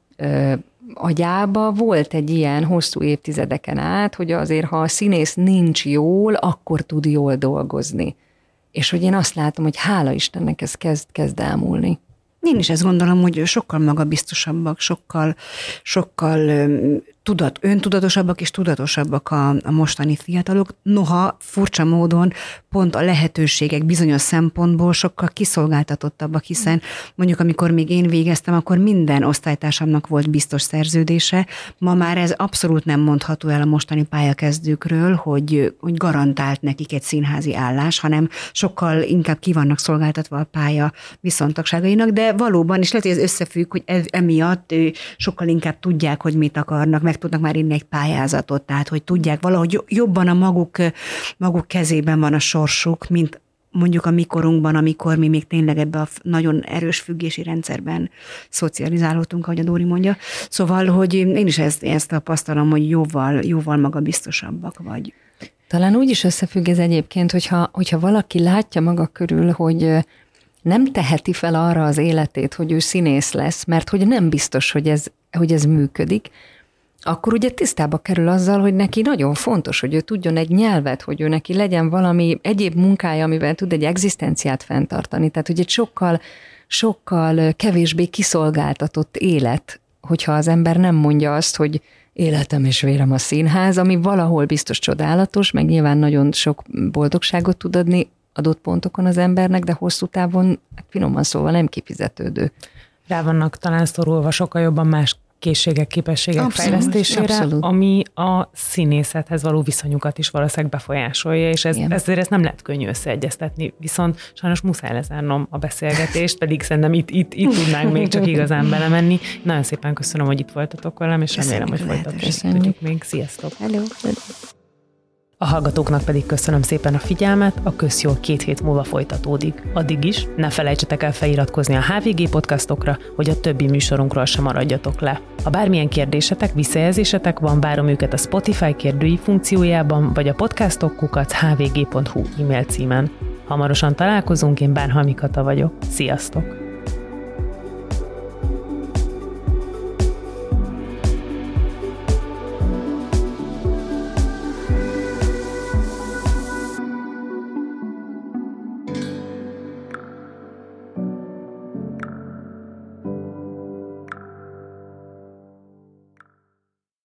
B: agyába volt egy ilyen hosszú évtizedeken át, hogy azért, ha a színész nincs jól, akkor tud jól dolgozni. És hogy én azt látom, hogy hála Istennek ez kezd elmúlni.
C: Én is ezt gondolom, hogy sokkal magabiztosabbak, sokkal öntudatosabbak és tudatosabbak a mostani fiatalok. Noha furcsa módon pont a lehetőségek bizonyos szempontból sokkal kiszolgáltatottabbak, hiszen mondjuk amikor még én végeztem, akkor minden osztálytársamnak volt biztos szerződése. Ma már ez abszolút nem mondható el a mostani pályakezdőkről, hogy garantált nekik egy színházi állás, hanem sokkal inkább ki vannak szolgáltatva a pálya viszontagságainak, de valóban, és lehet, hogy ez összefügg, hogy emiatt sokkal inkább tudják, hogy mit akarnak, meg tudnak már írni egy pályázatot, tehát hogy tudják valahogy jobban a maguk kezében van a sorsuk, mint mondjuk a mi korunkban, amikor mi még tényleg ebbe a nagyon erős függési rendszerben szocializálódtunk, ahogy a Dóri mondja. Szóval, hogy én is ezt tapasztalom, hogy jóval magabiztosabbak vagy.
B: Talán úgy is összefügg ez egyébként, hogyha valaki látja maga körül, hogy nem teheti fel arra az életét, hogy ő színész lesz, mert hogy nem biztos, hogy ez működik, akkor ugye tisztába kerül azzal, hogy neki nagyon fontos, hogy ő tudjon egy nyelvet, hogy ő neki legyen valami egyéb munkája, amivel tud egy egzisztenciát fenntartani. Tehát, hogy egy sokkal kevésbé kiszolgáltatott élet, hogyha az ember nem mondja azt, hogy életem és vérem a színház, ami valahol biztos csodálatos, meg nyilván nagyon sok boldogságot tud adni adott pontokon az embernek, de hosszú távon, finoman szóval nem kifizetődő.
A: Rá vannak talán szorulva sokkal jobban más készségek, képességek fejlesztésére,
B: abszolút.
A: Ami a színészethez való viszonyukat is valószínűleg befolyásolja, és ezért ezt nem lehet könnyű összeegyeztetni, viszont sajnos muszáj lezárnom a beszélgetést, pedig szerintem itt tudnánk még csak igazán belemenni. Nagyon szépen köszönöm, hogy itt voltatok velem, és remélem, hogy folytatni tudjuk még. Sziasztok!
B: Hello.
A: A hallgatóknak pedig köszönöm szépen a figyelmet, a Közjól 2 hét múlva folytatódik. Addig is ne felejtsetek el feliratkozni a HVG podcastokra, hogy a többi műsorunkról sem maradjatok le. Ha bármilyen kérdésetek, visszajelzésetek van, várom őket a Spotify kérdői funkciójában, vagy a podcastok@hvg.hu e-mail címen. Hamarosan találkozunk, én Bánhalmi Kata vagyok. Sziasztok!